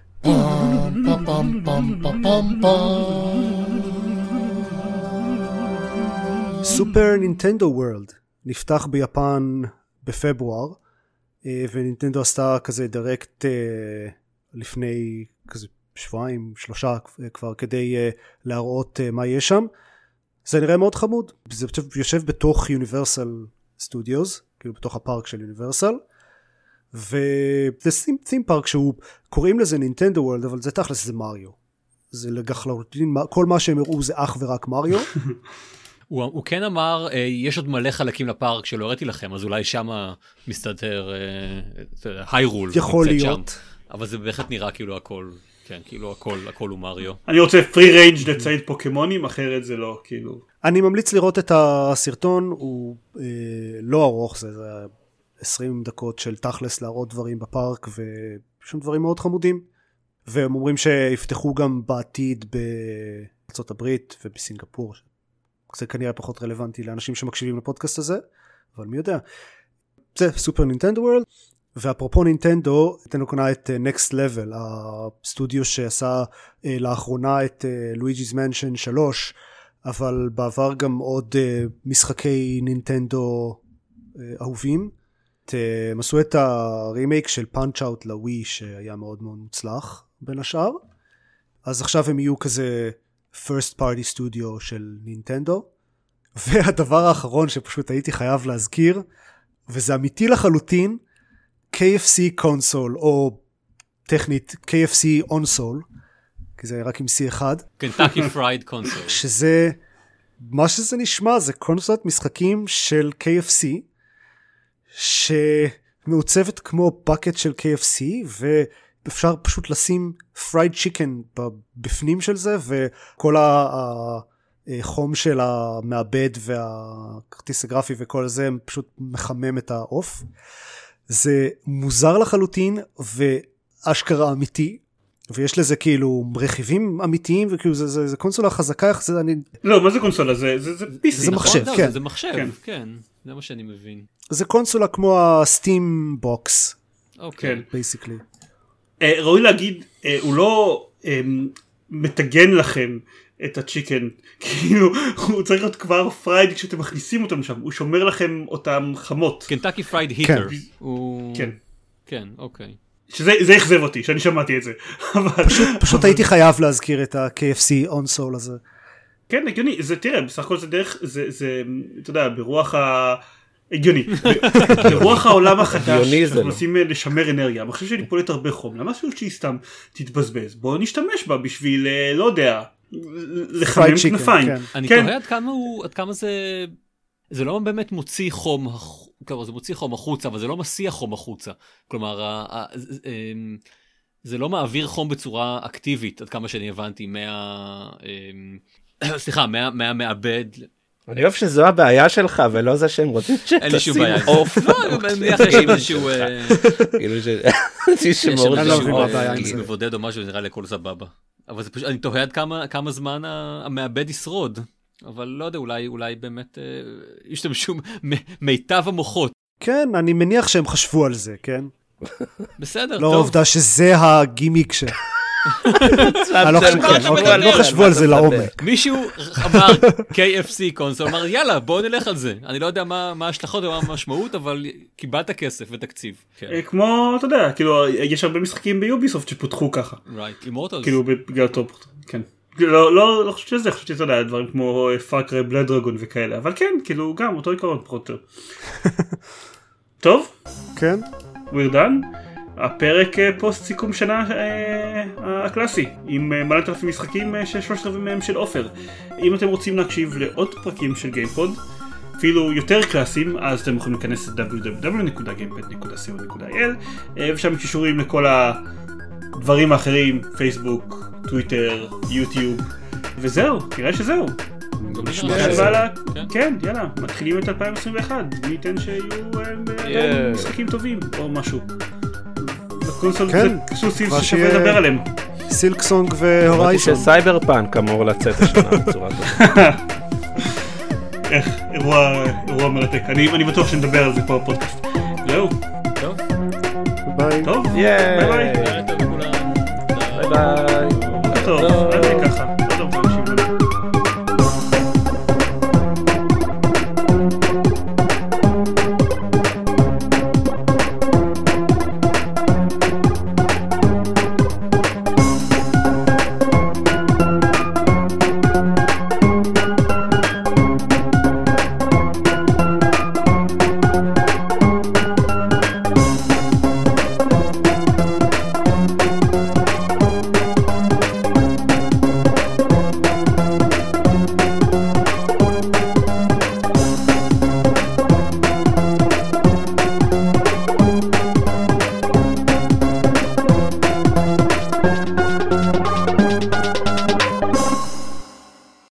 סופר נינטנדו וורלד נפתח ביפן בפברואר, ונינטנדו עשתה כזה דירקט לפני כזה שבועיים, שלושה כבר, כדי להראות מה יש שם. זה נראה מאוד חמוד. זה יושב בתוך יוניברסל סטודיוס, כאילו בתוך הפארק של יוניברסל, וזה theme park שהוא, קוראים לזה נינטנדו וורלד, אבל זה תכלס זה מריו. זה לגחלוטין, כל מה שהם הראו זה אך ורק מריו. הוא, הוא כן אמר, אה, יש עוד מלא חלקים לפארק שלא הראיתי לכם, אז אולי שם מסתדר היירול. אה, יכול להיות. שם. אבל זה בהחלט נראה כאילו הכל, כן, כאילו הכל, הכל הוא מריו. אני רוצה פרי ריינג' לצייד פוקימונים, אחרת זה לא, כאילו. אני ממליץ לראות את הסרטון, הוא אה, לא ארוך, זה, זה עשרים דקות של תכלס להראות דברים בפארק, ושום דברים מאוד חמודים. והם אומרים שיפתחו גם בעתיד בארצות הברית ובסינגפור. זה כנראה פחות רלוונטי לאנשים שמקשיבים לפודקאסט הזה, אבל מי יודע. זה סופר נינטנדו וורלד, ואפרופו נינטנדו, נינטנדו קונה את נקסט לבל, הסטודיו שעשה לאחרונה את לואיג'י's מנשן שלוש, אבל בעבר גם עוד משחקי נינטנדו אהובים. הם עשו את הרימייק של פאנץ' אאוט לווי, שהיה מאוד מאוד מוצלח בין השאר. אז עכשיו הם יהיו כזה first party studio של נינטנדו. והדבר האחרון שפשוט הייתי חייב להזכיר, וזה אמיתי לחלוטין, קיי אף סי קונסול, או טכנית קיי אף סי אונסול, כי זה רק עם C אחד. קנטקי פרייד קונסול. שזה, מה שזה נשמע, זה קונסולת משחקים של קיי אף סי, שמעוצבת כמו בקט של קיי אף סי, ואפשר פשוט לשים פרייד צ'יקן בפנים של זה, וכל החום של המעבד והכרטיס הגרפי וכל זה, פשוט מחמם את העוף. זה מוזר לחלוטין, ואשכרה אמיתי, ויש לזה כאילו רכיבים אמיתיים, וכאילו זה, זה, זה קונסולה חזקה, זה אני... לא, מה זה קונסולה? זה, זה, זה פי סי, זה נכון? מחשב, כן. זה, זה מחשב, כן. כן. זה מה שאני מבין. זה קונסולה כמו הסטים בוקס. אוקיי. בייסיקלי. ראוי להגיד, אה, הוא לא אה, מתגן לכם את הצ'יקן, כאילו הוא צריך להיות כבר פרייד כשאתם מכניסים אותם שם, הוא שומר לכם אותם חמות. קנטקי פרייד היטר. כן. כן, אוקיי. שזה יחזב אותי, שאני שמעתי את זה. פשוט הייתי חייב להזכיר את ה-קיי אף סי אונסול הזה. כן, הגיוני, זה תראה, בסך הכל זה דרך, זה, אתה יודע, ברוח ה... הגיוני, ברוח העולם החדש, שאנחנו מנסים לשמר אנרגיה, אני חושב שאני פולט הרבה חום, למה שהוא שהיא סתם תתבזבז, בואו נשתמש בה בשביל, לא יודע, לחמם כנפיים. אני תוהה עד כמה הוא, עד כמה זה, זה לא באמת מוציא חום, זה מוציא חום החוצה, אבל זה לא מסיע חום החוצה, כלומר, זה לא מעביר חום בצורה אקטיבית, עד כמה שאני הבנתי, מה, סליחה, מהמעבד, אני אוהב שזו הבעיה שלך, ולא זה שהם רוצים שתשים אוף. לא, אני מניח יש איזשהו... כאילו ש... יש איזשהו מבודד או משהו, נראה לי הכל סבבה. אבל אני תוהה עד כמה זמן המעבד ישרוד. אבל לא יודע, אולי באמת ישתמשו מיטב המוחות. כן, אני מניח שהם חשבו על זה, כן? בסדר, לא טוב. העובדה שזה הגימיק ש... אני לא חשבו על זה לעומק. מישהו אמר קיי אף סי קונסול, אמר יאללה בואו נלך על זה. אני לא יודע מה ההשלכות ומה המשמעות, אבל קיבלת כסף ותקציב. כמו, אתה יודע, כאילו, יש הרבה משחקים ביוביסופט שפותחו ככה. Right, Immortals. כאילו, בגלל טופ, כן. לא, לא, לא חושב שזה, חושב שזה, אתה יודע, דברים כמו פאקרי בלאד דרגון וכאלה, אבל כן, כאילו, גם אותו עיקרון פחות או יותר. טוב? כן. we're done. הפרק פוסט סיכום שנה אה, הקלאסי, עם מלא אלפים משחקים אה, ששלושת רבעים מהם של אופר. אם אתם רוצים להקשיב לעוד פרקים של גיימפוד, אפילו יותר קלאסיים, אז אתם יכולים להיכנס ל-דאבליו דאבליו דאבליו נקודה גיימפד נקודה סי או נקודה איי אל, אה, ושם קישורים לכל הדברים האחרים, פייסבוק, טוויטר, יוטיוב, וזהו, נראה שזהו. כן, יאללה, מתחילים את אלפיים עשרים ואחת, מי ייתן שיהיו משחקים טובים או משהו. בקונסול זה קשוסים ששווה לדבר עליהם. סילקסונג והורייזון. שסייבר פאנק אמור לצאת השנה בצורה כזאת. איך, אירוע מרתק. אני בטוח שנדבר על זה פה בפודקאסט. זהו. טוב. ביי. טוב. ביי ביי. ביי טוב לכולם. ביי ביי. טוב.